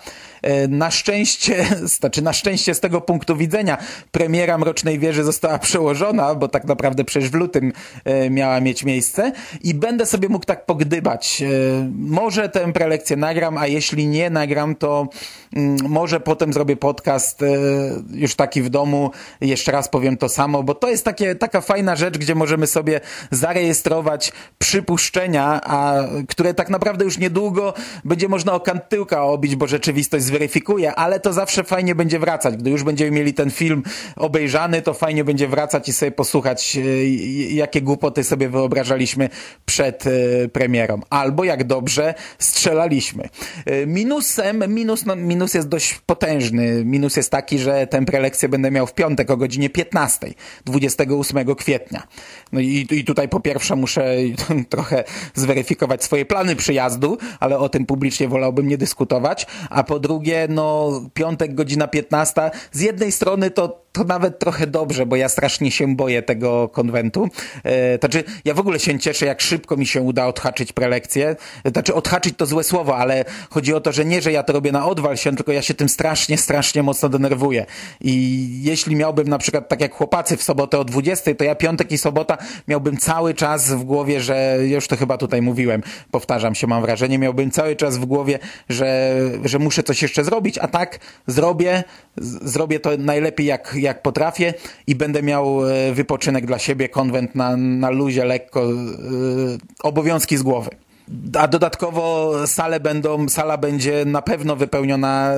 A: Na szczęście, znaczy na szczęście z tego punktu widzenia premiera Mrocznej wieży została przełożona, bo tak naprawdę przecież w lutym miała mieć miejsce i będę sobie mógł tak pogdybać. Może tę prelekcję nagram, a jeśli nie nagram, to może potem zrobię podcast już taki w domu, jeszcze raz powiem to samo, bo to jest takie, taka fajna rzecz, gdzie możemy sobie zarejestrować przypuszczenia, a które tak naprawdę już niedługo będzie można o kant tyłka obić, bo rzeczywistość zweryfikuje, ale to zawsze fajnie będzie wracać. Gdy już będziemy mieli ten film obejrzany, to fajnie będzie wracać i sobie posłuchać, jakie głupoty sobie wyobrażaliśmy przed premierą. Albo jak dobrze strzelaliśmy. Minusem, minus, no, minus jest dość potężny. Minus jest taki, że tę prelekcję będę miał w piątek o godzinie piętnastej, dwudziestego ósmego kwietnia. No i, i tutaj po pierwsze muszę trochę zweryfikować swoje plany przyjazdu, ale o tym publicznie wolałbym nie dyskutować, a po drugie, no piątek godzina piętnasta, z jednej strony to to nawet trochę dobrze, bo ja strasznie się boję tego konwentu. E, znaczy, ja w ogóle się cieszę, jak szybko mi się uda odhaczyć prelekcję. Znaczy, odhaczyć to złe słowo, ale chodzi o to, że nie, że ja to robię na odwal się, tylko ja się tym strasznie, strasznie mocno denerwuję. denerwuje. I jeśli miałbym na przykład tak jak chłopacy w sobotę o dwudziestej, to ja piątek i sobota miałbym cały czas w głowie, że już to chyba tutaj mówiłem, powtarzam się, mam wrażenie, miałbym cały czas w głowie, że, że muszę coś jeszcze zrobić, a tak zrobię, z- zrobię to najlepiej jak, jak potrafię i będę miał e, wypoczynek dla siebie, konwent na, na luzie, lekko, e, obowiązki z głowy. A dodatkowo sale będą, sala będzie na pewno wypełniona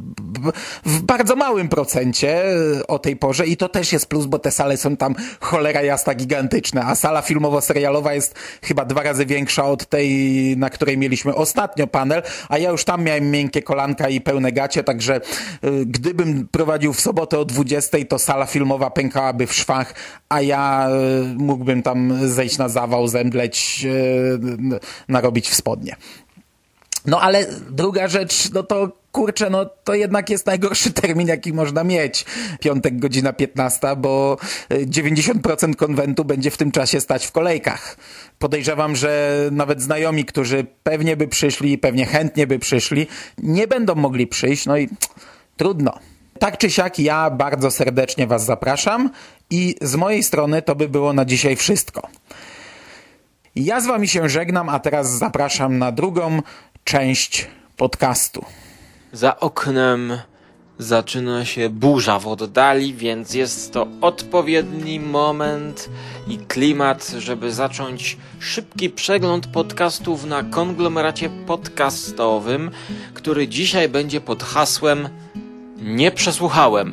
A: w bardzo małym procencie o tej porze i to też jest plus, bo te sale są tam cholera jasna gigantyczne, a sala filmowo-serialowa jest chyba dwa razy większa od tej, na której mieliśmy ostatnio panel, a ja już tam miałem miękkie kolanka i pełne gacie, także y, gdybym prowadził w sobotę o dwudziestej, to sala filmowa pękałaby w szwach, a ja y, mógłbym tam zejść na zawał, zemdleć, y, narobić w spodnie. No ale druga rzecz, no to kurczę, no to jednak jest najgorszy termin, jaki można mieć. Piątek, godzina piętnasta, bo dziewięćdziesiąt procent konwentu będzie w tym czasie stać w kolejkach. Podejrzewam, że nawet znajomi, którzy pewnie by przyszli, pewnie chętnie by przyszli, nie będą mogli przyjść, no i trudno. Tak czy siak, ja bardzo serdecznie was zapraszam i z mojej strony to by było na dzisiaj wszystko. Ja z wami się żegnam, a teraz zapraszam na drugą część podcastu.
B: Za oknem zaczyna się burza w oddali, więc jest to odpowiedni moment i klimat, żeby zacząć szybki przegląd podcastów na konglomeracie podcastowym, który dzisiaj będzie pod hasłem Nie przesłuchałem.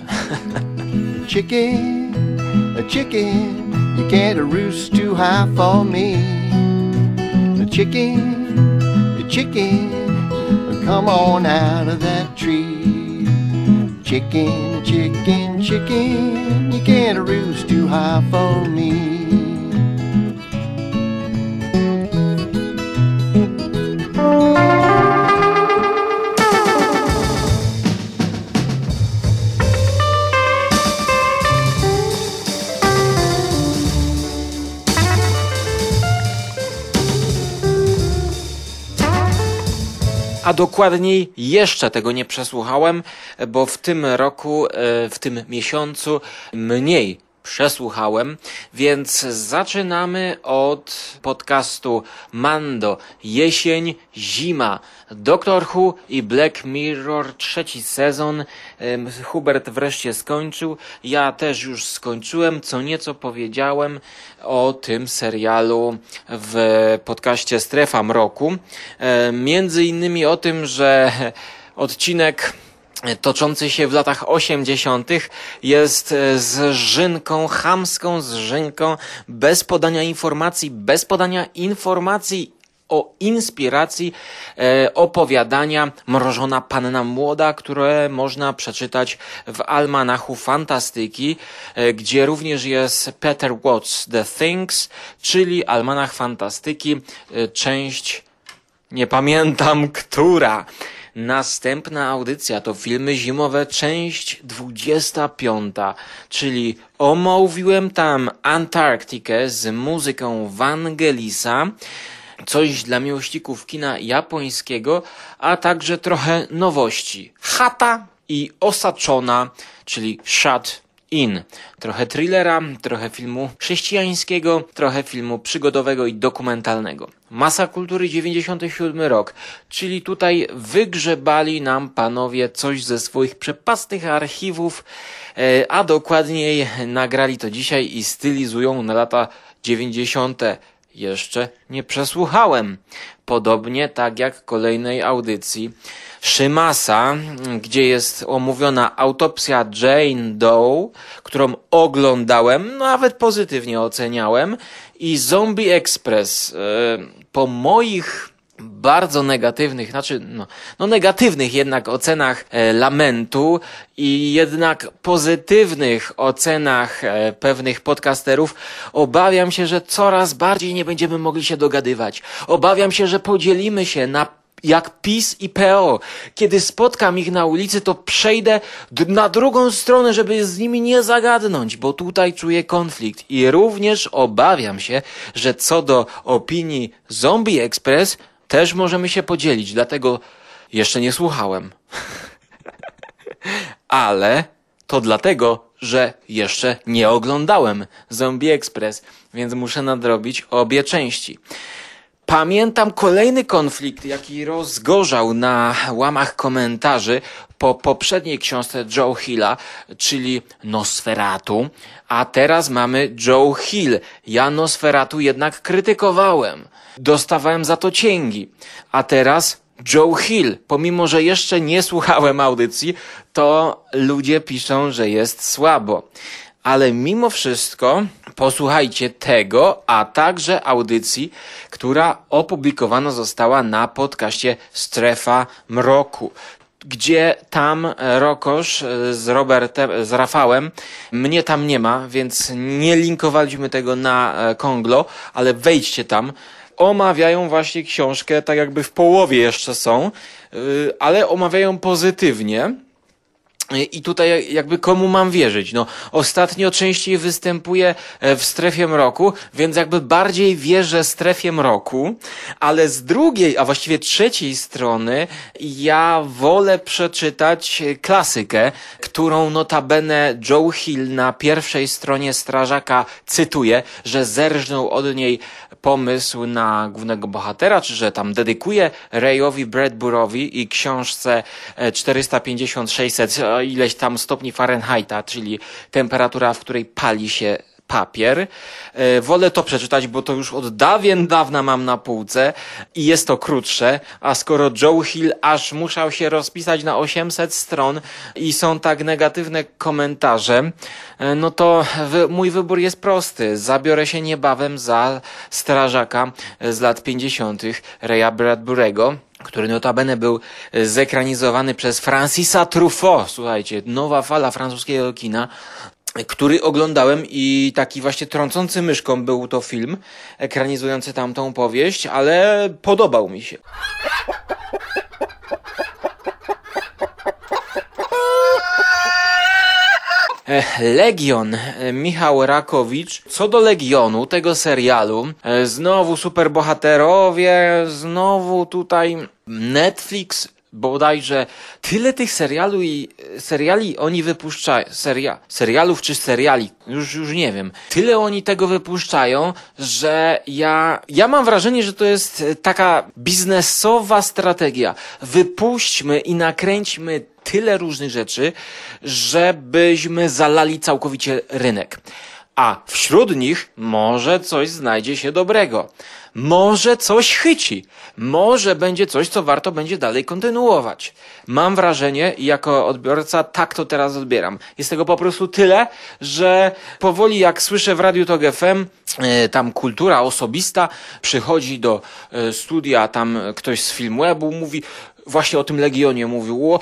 G: Chicken, a chicken, you can't roost too high for me. A chicken, a chicken, come on out of that tree. Chicken, chicken, chicken, you can't roost too high for me.
B: A dokładniej jeszcze tego nie przesłuchałem, bo w tym roku, w tym miesiącu mniej przesłuchałem, więc zaczynamy od podcastu Mando, jesień, zima, Doctor Who i Black Mirror, trzeci sezon. Hubert wreszcie skończył, ja też już skończyłem, co nieco powiedziałem o tym serialu w podcaście Strefa Mroku. Między innymi o tym, że odcinek toczący się w latach osiemdziesiątych jest zżynką, chamską zżynką, bez podania informacji, bez podania informacji o inspiracji e, opowiadania Mrożona Panna Młoda, które można przeczytać w Almanachu Fantastyki, e, gdzie również jest Peter Watts The Things, czyli Almanach Fantastyki, e, część, nie pamiętam która. Następna audycja to filmy zimowe, część dwudziesta piąta, czyli omówiłem tam Antarktykę z muzyką Vangelisa, coś dla miłośników kina japońskiego, a także trochę nowości. Chata i Osaczona, czyli Shut In. Trochę thrillera, trochę filmu chrześcijańskiego, trochę filmu przygodowego i dokumentalnego. Masa Kultury dziewięćdziesiąty siódmy rok, czyli tutaj wygrzebali nam panowie coś ze swoich przepastych archiwów, a dokładniej nagrali to dzisiaj i stylizują na lata dziewięćdziesiąte. Jeszcze nie przesłuchałem. Podobnie tak jak kolejnej audycji Szymasa, gdzie jest omówiona autopsja Jane Doe, którą oglądałem, nawet pozytywnie oceniałem, i Zombie Express. Po moich bardzo negatywnych, znaczy no, no negatywnych jednak ocenach e, Lamentu i jednak pozytywnych ocenach e, pewnych podcasterów, obawiam się, że coraz bardziej nie będziemy mogli się dogadywać. Obawiam się, że podzielimy się na jak PiS i P O. Kiedy spotkam ich na ulicy, to przejdę d- na drugą stronę, żeby z nimi nie zagadnąć, bo tutaj czuję konflikt. I również obawiam się, że co do opinii Zombie Express też możemy się podzielić, dlatego jeszcze nie słuchałem. ale to dlatego, że jeszcze nie oglądałem Zombie Express, więc muszę nadrobić obie części. Pamiętam kolejny konflikt, jaki rozgorzał na łamach komentarzy po poprzedniej książce Joe Hilla, czyli Nosferatu, a teraz mamy Joe Hill. Ja Nosferatu jednak krytykowałem. Dostawałem za to cięgi, a teraz Joe Hill, pomimo że jeszcze nie słuchałem audycji, to ludzie piszą, że jest słabo. Ale mimo wszystko posłuchajcie tego, a także audycji, która opublikowana została na podcaście Strefa Mroku, gdzie tam Rokosz z Robertem, z Rafałem, mnie tam nie ma, więc nie linkowaliśmy tego na Konglo, ale wejdźcie tam. Omawiają właśnie książkę, tak jakby w połowie jeszcze są, ale omawiają pozytywnie. I tutaj jakby komu mam wierzyć? No, ostatnio częściej występuję w Strefie Mroku, więc jakby bardziej wierzę Strefie Mroku, ale z drugiej, a właściwie trzeciej strony ja wolę przeczytać klasykę, którą notabene Joe Hill na pierwszej stronie Strażaka cytuje, że zerżnął od niej pomysł na głównego bohatera, czy że tam dedykuje Rayowi Bradbury'owi i książce czterysta pięćdziesiąt sześćset ileś tam stopni Fahrenheita, czyli temperatura, w której pali się papier. Wolę to przeczytać, bo to już od dawien dawna mam na półce i jest to krótsze, a skoro Joe Hill aż musiał się rozpisać na osiemset stron i są tak negatywne komentarze, no to wy, mój wybór jest prosty. Zabiorę się niebawem za Strażaka z lat pięćdziesiątych Raya Bradbury'ego, który notabene był zekranizowany przez Francisa Truffaut. Słuchajcie, nowa fala francuskiego kina, który oglądałem i taki właśnie trącący myszką był to film ekranizujący tamtą powieść, ale podobał mi się. Legion, Michał Rakowicz. Co do Legionu, tego serialu, znowu superbohaterowie, znowu tutaj Netflix, bodajże tyle tych serialu i seriali oni wypuszczają, seria, serialów czy seriali, już, już nie wiem. Tyle oni tego wypuszczają, że ja, ja mam wrażenie, że to jest taka biznesowa strategia. Wypuśćmy i nakręćmy tyle różnych rzeczy, żebyśmy zalali całkowicie rynek. A wśród nich może coś znajdzie się dobrego. Może coś chyci. Może będzie coś, co warto będzie dalej kontynuować. Mam wrażenie, i jako odbiorca tak to teraz odbieram. Jest tego po prostu tyle, że powoli jak słyszę w Radiu Tok F M, e, tam kultura osobista, przychodzi do e, studia, tam ktoś z Filmwebu mówi, właśnie o tym Legionie mówił.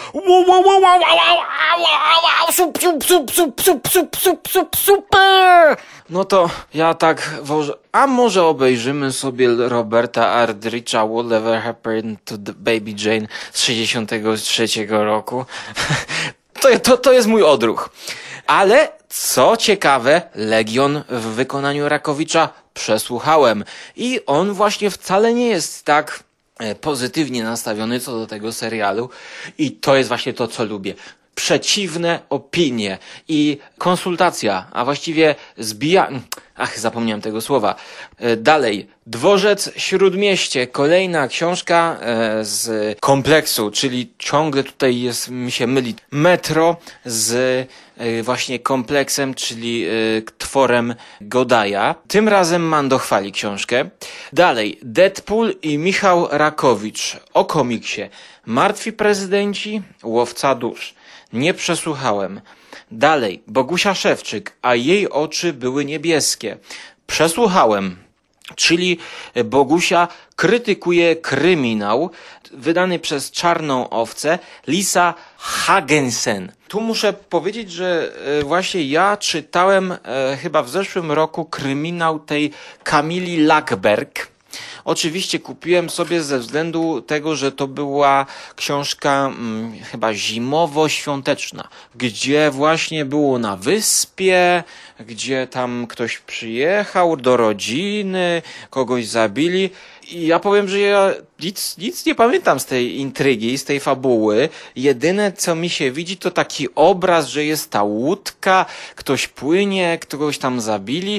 B: Super! No to ja tak, a może obejrzymy sobie Roberta Ardricha Whatever Happened to the Baby Jane z sześćdziesiątego trzeciego roku. to, to, to jest mój odruch. Ale co ciekawe, Legion w wykonaniu Rakowicza przesłuchałem i on właśnie wcale nie jest tak pozytywnie nastawiony co do tego serialu i to jest właśnie to, co lubię. Przeciwne opinie i konsultacja, a właściwie zbija... Ach, zapomniałem tego słowa. Dalej. Dworzec Śródmieście. Kolejna książka z kompleksu, czyli ciągle tutaj jest, mi się myli, Metro z właśnie kompleksem, czyli tworem Godaja. Tym razem Mando chwali książkę. Dalej. Deadpool i Michał Rakowicz o komiksie. Martwi prezydenci, łowca dusz. Nie przesłuchałem. Dalej, Bogusia Szewczyk, a jej oczy były niebieskie. Przesłuchałem. Czyli Bogusia krytykuje kryminał wydany przez Czarną Owcę Lisa Hagensen. Tu muszę powiedzieć, że właśnie ja czytałem chyba w zeszłym roku kryminał tej Kamili Lackberg. Oczywiście kupiłem sobie ze względu tego, że to była książka hmm, chyba zimowo-świąteczna, gdzie właśnie było na wyspie, gdzie tam ktoś przyjechał do rodziny, kogoś zabili. I ja powiem, że ja nic, nic nie pamiętam z tej intrygi, z tej fabuły. Jedyne, co mi się widzi, to taki obraz, że jest ta łódka, ktoś płynie, kogoś tam zabili,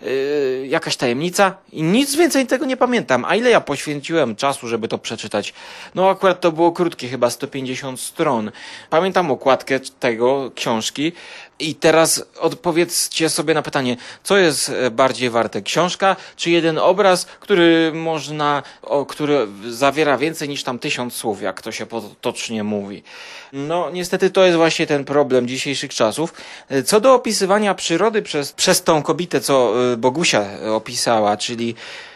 B: yy, jakaś tajemnica i nic więcej tego nie pamiętam. A ile ja poświęciłem czasu, żeby to przeczytać? No akurat to było krótkie, chyba sto pięćdziesiąt stron. Pamiętam okładkę tego książki. I teraz odpowiedzcie sobie na pytanie, co jest bardziej warte? Książka czy jeden obraz, który można, o, który zawiera więcej niż tam tysiąc słów, jak to się potocznie mówi. No niestety to jest właśnie ten problem dzisiejszych czasów. Co do opisywania przyrody przez, przez tą kobietę, co Bogusia opisała, czyli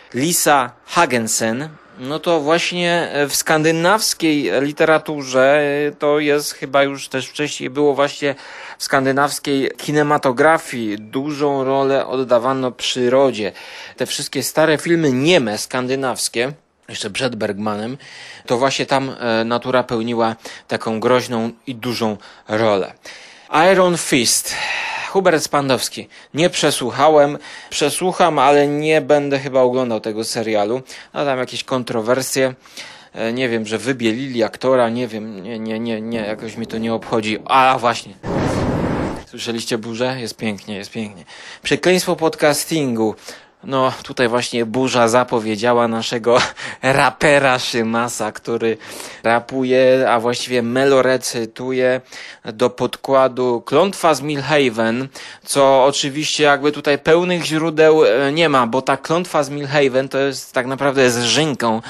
B: Lisa Hagensen, no to właśnie w skandynawskiej literaturze to jest chyba już też wcześniej było właśnie w skandynawskiej kinematografii dużą rolę oddawano przyrodzie. Te wszystkie stare filmy nieme skandynawskie, jeszcze przed Bergmanem, to właśnie tam natura pełniła taką groźną i dużą rolę. Iron Fist. Hubert Spandowski. Nie przesłuchałem, przesłucham, ale nie będę chyba oglądał tego serialu. A tam jakieś kontrowersje. Nie wiem, że wybielili aktora, nie wiem, nie, nie, nie, nie, jakoś mi to nie obchodzi. A właśnie. Słyszeliście burzę? Jest pięknie, jest pięknie. Przekleństwo podcastingu. No, tutaj właśnie burza zapowiedziała naszego rapera Szymasa, który rapuje, a właściwie melorecytuje do podkładu Klątwa z Millhaven, co oczywiście jakby tutaj pełnych źródeł nie ma, bo ta Klątwa z Millhaven to jest tak naprawdę zżynką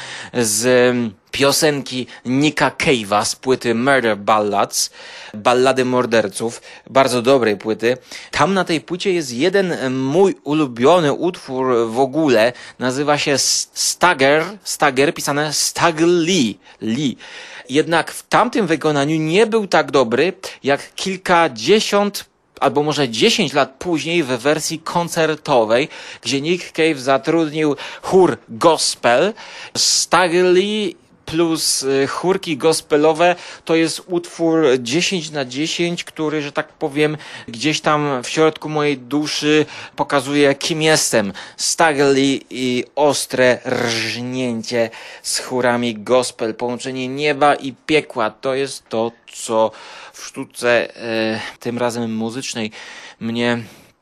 B: z piosenki Nicka Cave'a z płyty Murder Ballads, Ballady Morderców, bardzo dobrej płyty. Tam na tej płycie jest jeden mój ulubiony utwór w ogóle, nazywa się Stagger, Stagger pisane Stagger Lee, Lee. Jednak w tamtym wykonaniu nie był tak dobry, jak kilkadziesiąt albo może dziesięć lat później w wersji koncertowej, gdzie Nick Cave zatrudnił chór gospel. Stagger Lee plus chórki gospelowe to jest utwór dziesięć na dziesięć, który, że tak powiem, gdzieś tam w środku mojej duszy pokazuje, kim jestem. Stagger Lee i ostre rżnięcie z chórami gospel, połączenie nieba i piekła, to jest to, co w sztuce, e, tym razem muzycznej, mnie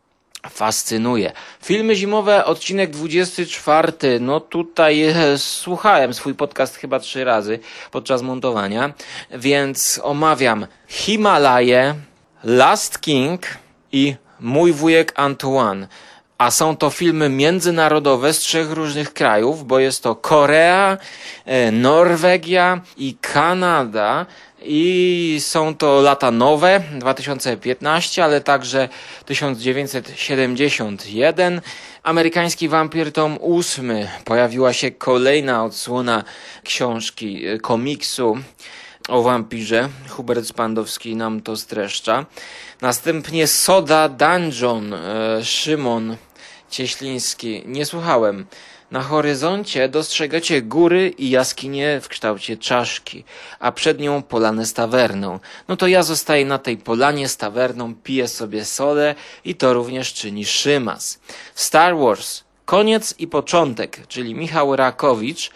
B: fascynuje. Filmy zimowe, odcinek dwudziesty czwarty. No tutaj e, słuchałem swój podcast chyba trzy razy podczas montowania, więc omawiam Himalaje, Last King i Mój wujek Antoine. A są to filmy międzynarodowe z trzech różnych krajów, bo jest to Korea, e, Norwegia i Kanada. I są to lata nowe, dwa tysiące piętnaście, ale także tysiąc dziewięćset siedemdziesiąt jeden. Amerykański wampir tom ósmy. Pojawiła się kolejna odsłona książki, komiksu o wampirze. Hubert Spandowski nam to streszcza. Następnie Soda Dungeon, e, Szymon Cieśliński. Nie słuchałem. Na horyzoncie dostrzegacie góry i jaskinie w kształcie czaszki, a przed nią polanę z tawerną. No to ja zostaję na tej polanie z tawerną, piję sobie sodę i to również czyni Szymas. Star Wars. Koniec i początek, czyli Michał Rakowicz.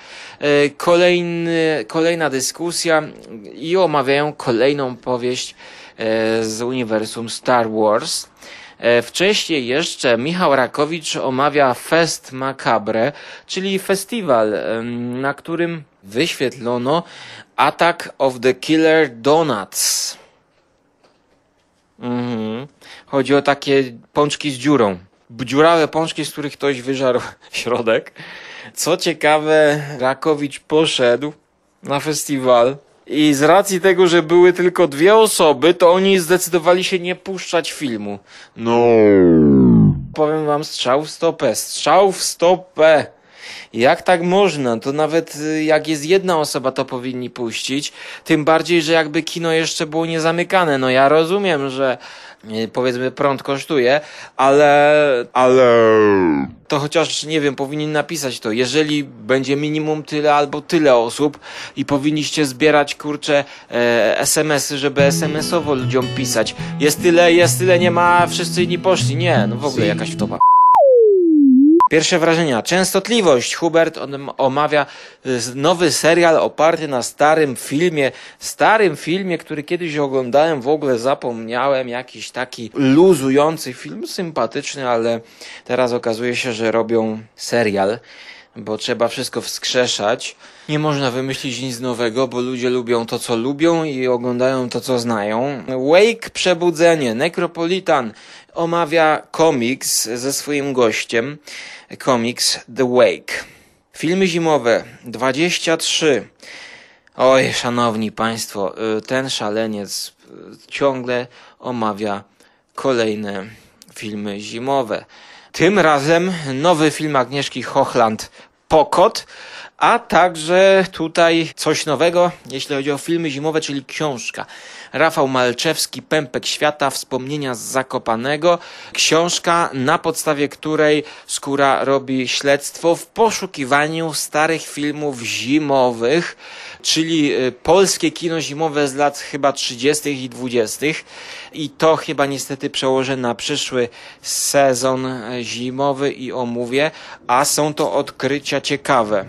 B: Kolejny, kolejna dyskusja i omawiają kolejną powieść z uniwersum Star Wars. Wcześniej jeszcze Michał Rakowicz omawia Fest Macabre, czyli festiwal, na którym wyświetlono Attack of the Killer Donuts. Mhm. Chodzi o takie pączki z dziurą. Dziurawe pączki, z których ktoś wyżarł środek. Co ciekawe, Rakowicz poszedł na festiwal i z racji tego, że były tylko dwie osoby, to oni zdecydowali się nie puszczać filmu. No. Powiem wam, strzał w stopę, strzał w stopę. Jak tak można? To nawet jak jest jedna osoba, to powinni puścić. Tym bardziej, że jakby kino jeszcze było niezamykane. No ja rozumiem, że powiedzmy prąd kosztuje, ale... ale... to chociaż, nie wiem, powinien napisać to, jeżeli będzie minimum tyle albo tyle osób i powinniście zbierać, kurczę, e, es em esy, żeby es em esowo ludziom pisać. Jest tyle, jest tyle, nie ma, wszyscy inni poszli. Nie, no w ogóle jakaś wtopa. Pierwsze wrażenia. Częstotliwość. Hubert on omawia nowy serial oparty na starym filmie. Starym filmie, który kiedyś oglądałem, w ogóle zapomniałem. Jakiś taki luzujący film, sympatyczny, ale teraz okazuje się, że robią serial, bo trzeba wszystko wskrzeszać. Nie można wymyślić nic nowego, bo ludzie lubią to, co lubią i oglądają to, co znają. Wake, Przebudzenie. Necropolitan omawia komiks ze swoim gościem. Komiks The Wake. Filmy zimowe dwadzieścia trzy. Oj, szanowni państwo, ten szaleniec ciągle omawia kolejne filmy zimowe. Tym razem nowy film Agnieszki Hochland, Pokot, a także tutaj coś nowego, jeśli chodzi o filmy zimowe, czyli książka. Rafał Malczewski, Pępek Świata, Wspomnienia z Zakopanego. Książka, na podstawie której Skóra robi śledztwo w poszukiwaniu starych filmów zimowych, czyli polskie kino zimowe z lat chyba trzydziestych i dwudziestych. I to chyba niestety przełożę na przyszły sezon zimowy i omówię, a są to odkrycia ciekawe.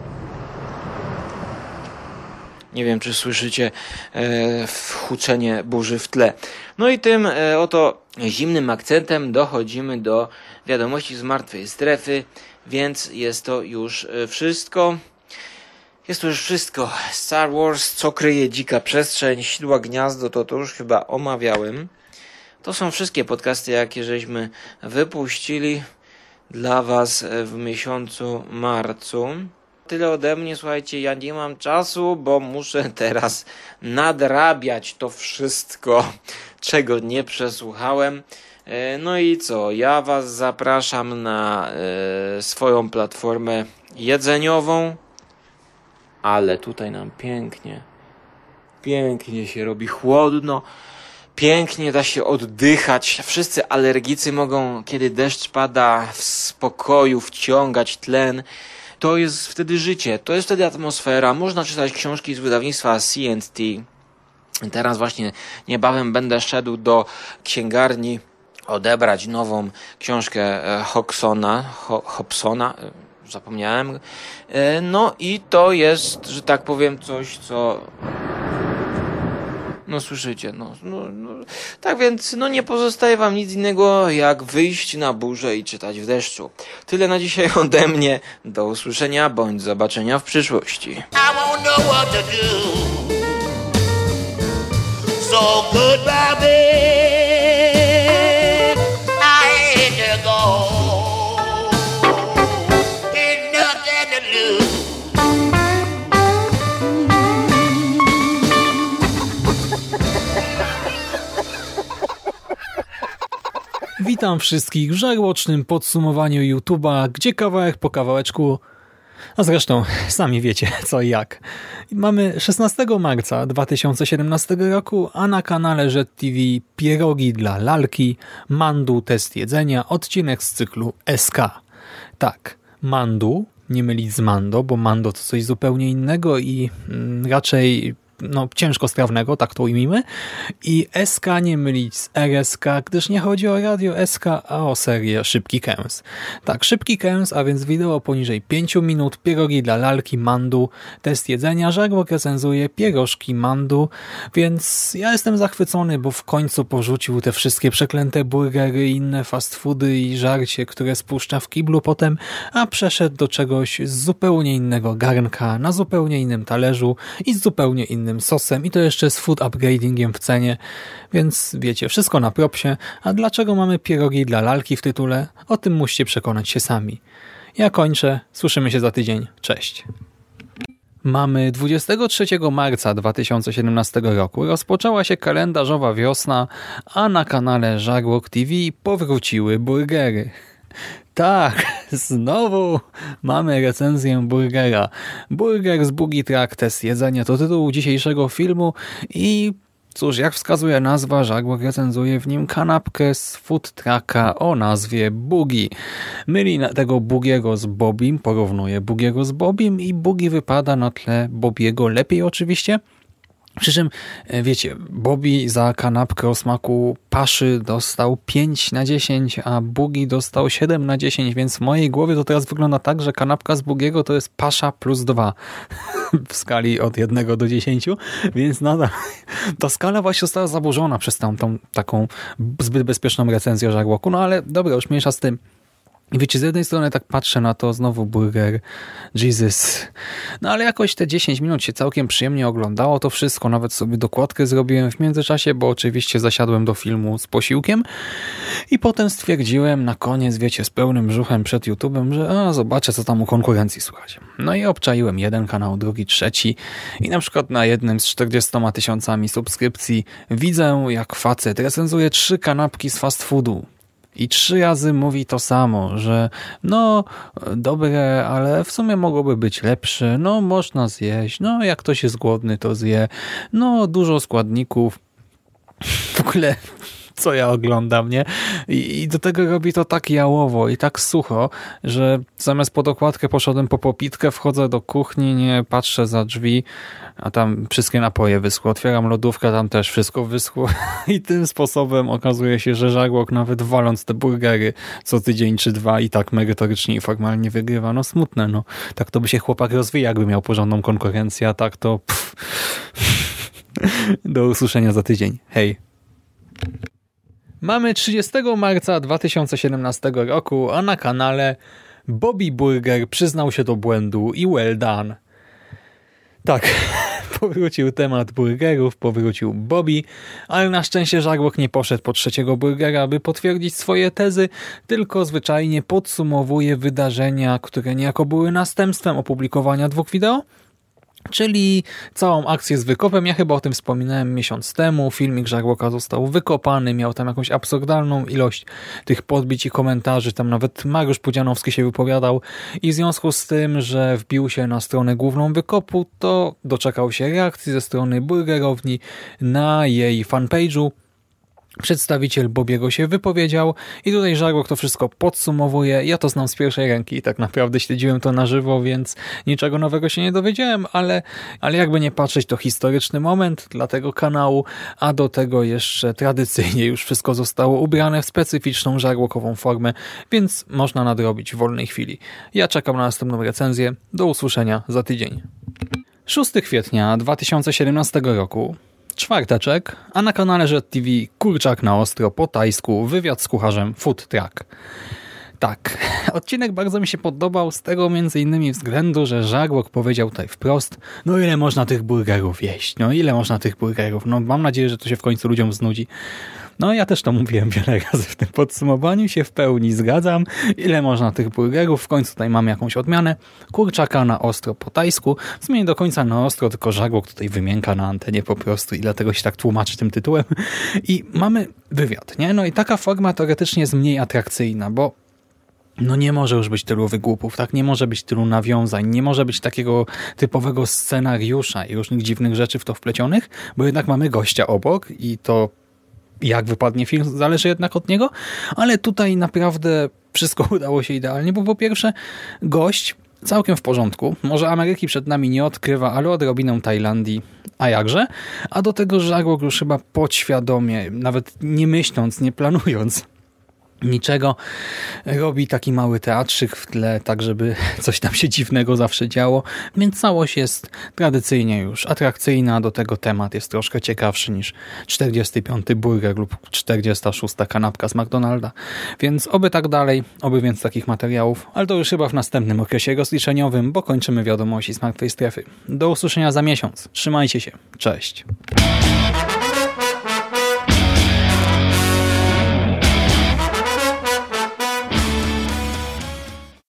B: Nie wiem, czy słyszycie e, huczenie burzy w tle. No i tym e, oto zimnym akcentem dochodzimy do wiadomości z martwej strefy, więc jest to już e, wszystko. Jest to już wszystko. Star Wars, co kryje dzika przestrzeń, Sidła Gniazdo, to to już chyba omawiałem. To są wszystkie podcasty, jakie żeśmy wypuścili dla was w miesiącu marcu. Tyle ode mnie, słuchajcie, ja nie mam czasu, bo muszę teraz nadrabiać to wszystko, czego nie przesłuchałem. No i co, ja was zapraszam na e, swoją platformę jedzeniową, ale tutaj nam pięknie, pięknie się robi chłodno, pięknie da się oddychać. Wszyscy alergicy mogą, kiedy deszcz pada, w spokoju wciągać tlen. To jest wtedy życie, to jest wtedy atmosfera. Można czytać książki z wydawnictwa C and T. Teraz właśnie niebawem będę szedł do księgarni odebrać nową książkę Hoxona, Ho, Hobsona, zapomniałem. No i to jest, że tak powiem, coś, co... No słyszycie, no, no, no. Tak więc no nie pozostaje wam nic innego jak wyjść na burzę i czytać w deszczu. Tyle na dzisiaj ode mnie. Do usłyszenia bądź zobaczenia w przyszłości. I won't know what to do. So goodbye, babe. I hate to go. Ain't nothing to lose.
H: Witam wszystkich w żarłocznym podsumowaniu YouTube'a, gdzie kawałek po kawałeczku, a zresztą sami wiecie co i jak. Mamy szesnastego marca dwa tysiące siedemnastego roku, a na kanale Z T V Pierogi dla lalki, Mandu test jedzenia, odcinek z cyklu S K. Tak, Mandu, nie mylić z Mando, bo Mando to coś zupełnie innego i mm, raczej... no ciężkostrawnego, tak to ujmijmy, i S K nie mylić z R S K, gdyż nie chodzi o radio S K, a o serię Szybki Kęs. Tak, Szybki Kęs, a więc wideo poniżej pięciu minut, pierogi dla lalki, Mandu, test jedzenia, Żarłok recenzuje pierożki Mandu, więc ja jestem zachwycony, bo w końcu porzucił te wszystkie przeklęte burgery i inne fast foody i żarcie, które spuszcza w kiblu potem, a przeszedł do czegoś z zupełnie innego garnka, na zupełnie innym talerzu i z zupełnie innym sosem i to jeszcze z food upgradingiem w cenie, więc wiecie, wszystko na propsie, a dlaczego mamy pierogi dla lalki w tytule? O tym musicie przekonać się sami. Ja kończę, słyszymy się za tydzień, cześć. Mamy dwudziestego trzeciego marca dwa tysiące siedemnastego roku, rozpoczęła się kalendarzowa wiosna, a na kanale Żarłok T V powróciły burgery. Tak, znowu mamy recenzję burgera. Burger z Boogie Track, test jedzenia to tytuł dzisiejszego filmu i Cóż, jak wskazuje nazwa, Żarłok recenzuje w nim kanapkę z food trucka o nazwie Boogie. Myli tego Boogiego z Bobim, porównuje Boogiego z Bobim i Boogie wypada na tle Bobiego lepiej oczywiście. Przy czym, wiecie, Bobby za kanapkę o smaku paszy dostał pięć na dziesięć, a Boogie dostał siedem na dziesięć, więc w mojej głowie to teraz wygląda tak, że kanapka z Boogiego to jest pasza plus dwa w skali od jednego do dziesięciu, więc nadal ta skala właśnie została zaburzona przez tamtą taką zbyt bezpieczną recenzję o Żarłoku, no ale dobra, już mniejsza z tym. I wiecie, z jednej strony tak patrzę na to, znowu burger, Jesus. No ale jakoś te dziesięć minut się całkiem przyjemnie oglądało to wszystko. Nawet sobie dokładkę zrobiłem w międzyczasie, bo oczywiście zasiadłem do filmu z posiłkiem. I potem stwierdziłem na koniec, wiecie, z pełnym brzuchem przed YouTube'em, że a, zobaczę, co tam u konkurencji słychać. No i obczaiłem jeden kanał, drugi, trzeci. I na przykład na jednym z czterdziestoma tysiącami subskrypcji widzę, jak facet recenzuje trzy kanapki z fast foodu. I trzy razy mówi to samo, że no dobre, ale w sumie mogłoby być lepsze, no można zjeść, no jak ktoś jest głodny to zje, no dużo składników, w ogóle co ja oglądam, nie? I, I do tego robi to tak jałowo i tak sucho, że zamiast po dokładkę poszedłem po popitkę, wchodzę do kuchni, nie patrzę za drzwi, a tam wszystkie napoje wyschły. Otwieram lodówkę, tam też wszystko wyschło i tym sposobem okazuje się, że Żarłok nawet waląc te burgery co tydzień czy dwa i tak merytorycznie i formalnie wygrywa. No smutne, no. Tak to by się chłopak rozwijał, jakby miał porządną konkurencję, a tak to pff. Do usłyszenia za tydzień. Hej. Mamy trzydziestego marca dwa tysiące siedemnastego roku, a na kanale Bobby Burger przyznał się do błędu i well done. Tak, powrócił temat burgerów, powrócił Bobby, ale na szczęście Żarłok nie poszedł po trzeciego burgera, by potwierdzić swoje tezy, tylko zwyczajnie podsumowuje wydarzenia, które niejako były następstwem opublikowania dwóch wideo, czyli całą akcję z wykopem. Ja chyba o tym wspominałem miesiąc temu. Filmik Żarłoka został wykopany, miał tam jakąś absurdalną ilość tych podbić i komentarzy. Tam nawet Mariusz Pudzianowski się wypowiadał i w związku z tym, że wbił się na stronę główną wykopu, to doczekał się reakcji ze strony burgerowni na jej fanpage'u. Przedstawiciel Bobiego się wypowiedział i tutaj Żarłok to wszystko podsumowuje. Ja to znam z pierwszej ręki i tak naprawdę śledziłem to na żywo, więc niczego nowego się nie dowiedziałem, ale, ale jakby nie patrzeć, to historyczny moment dla tego kanału, a do tego jeszcze tradycyjnie już wszystko zostało ubrane w specyficzną żarłokową formę, więc można nadrobić w wolnej chwili. Ja czekam na następną recenzję. Do usłyszenia za tydzień. szóstego kwietnia dwa tysiące siedemnastego roku. Czwarteczek, a na kanale Jet T V kurczak na ostro po tajsku, wywiad z kucharzem Food Truck. Tak, odcinek bardzo mi się podobał z tego między innymi względu, że Żarłok powiedział tutaj wprost, no ile można tych burgerów jeść, no ile można tych burgerów, no mam nadzieję, że to się w końcu ludziom znudzi. No ja też to mówiłem wiele razy w tym podsumowaniu, się w pełni zgadzam. Ile można tych burgerów? W końcu tutaj mamy jakąś odmianę. Kurczaka na ostro po tajsku. W sumie nie do końca na ostro, tylko Żarłok tutaj wymięka na antenie po prostu i dlatego się tak tłumaczy tym tytułem. I mamy wywiad, nie? No i taka forma teoretycznie jest mniej atrakcyjna, bo no nie może już być tylu wygłupów, tak? Nie może być tylu nawiązań, nie może być takiego typowego scenariusza i różnych dziwnych rzeczy w to wplecionych, bo jednak mamy gościa obok i to jak wypadnie film, zależy jednak od niego, ale tutaj naprawdę wszystko udało się idealnie, bo po pierwsze gość całkiem w porządku, może Ameryki przed nami nie odkrywa, ale odrobinę Tajlandii, a jakże, a do tego Żarłok już chyba podświadomie, nawet nie myśląc, nie planując niczego, robi taki mały teatrzyk w tle, tak żeby coś tam się dziwnego zawsze działo, więc całość jest tradycyjnie już atrakcyjna, do tego temat jest troszkę ciekawszy niż czterdziesty piąty burger lub czterdziesta szósta kanapka z McDonalda, więc oby tak dalej, oby więc takich materiałów, ale to już chyba w następnym okresie rozliczeniowym, bo kończymy wiadomości z martwej strefy. Do usłyszenia za miesiąc, trzymajcie się, cześć.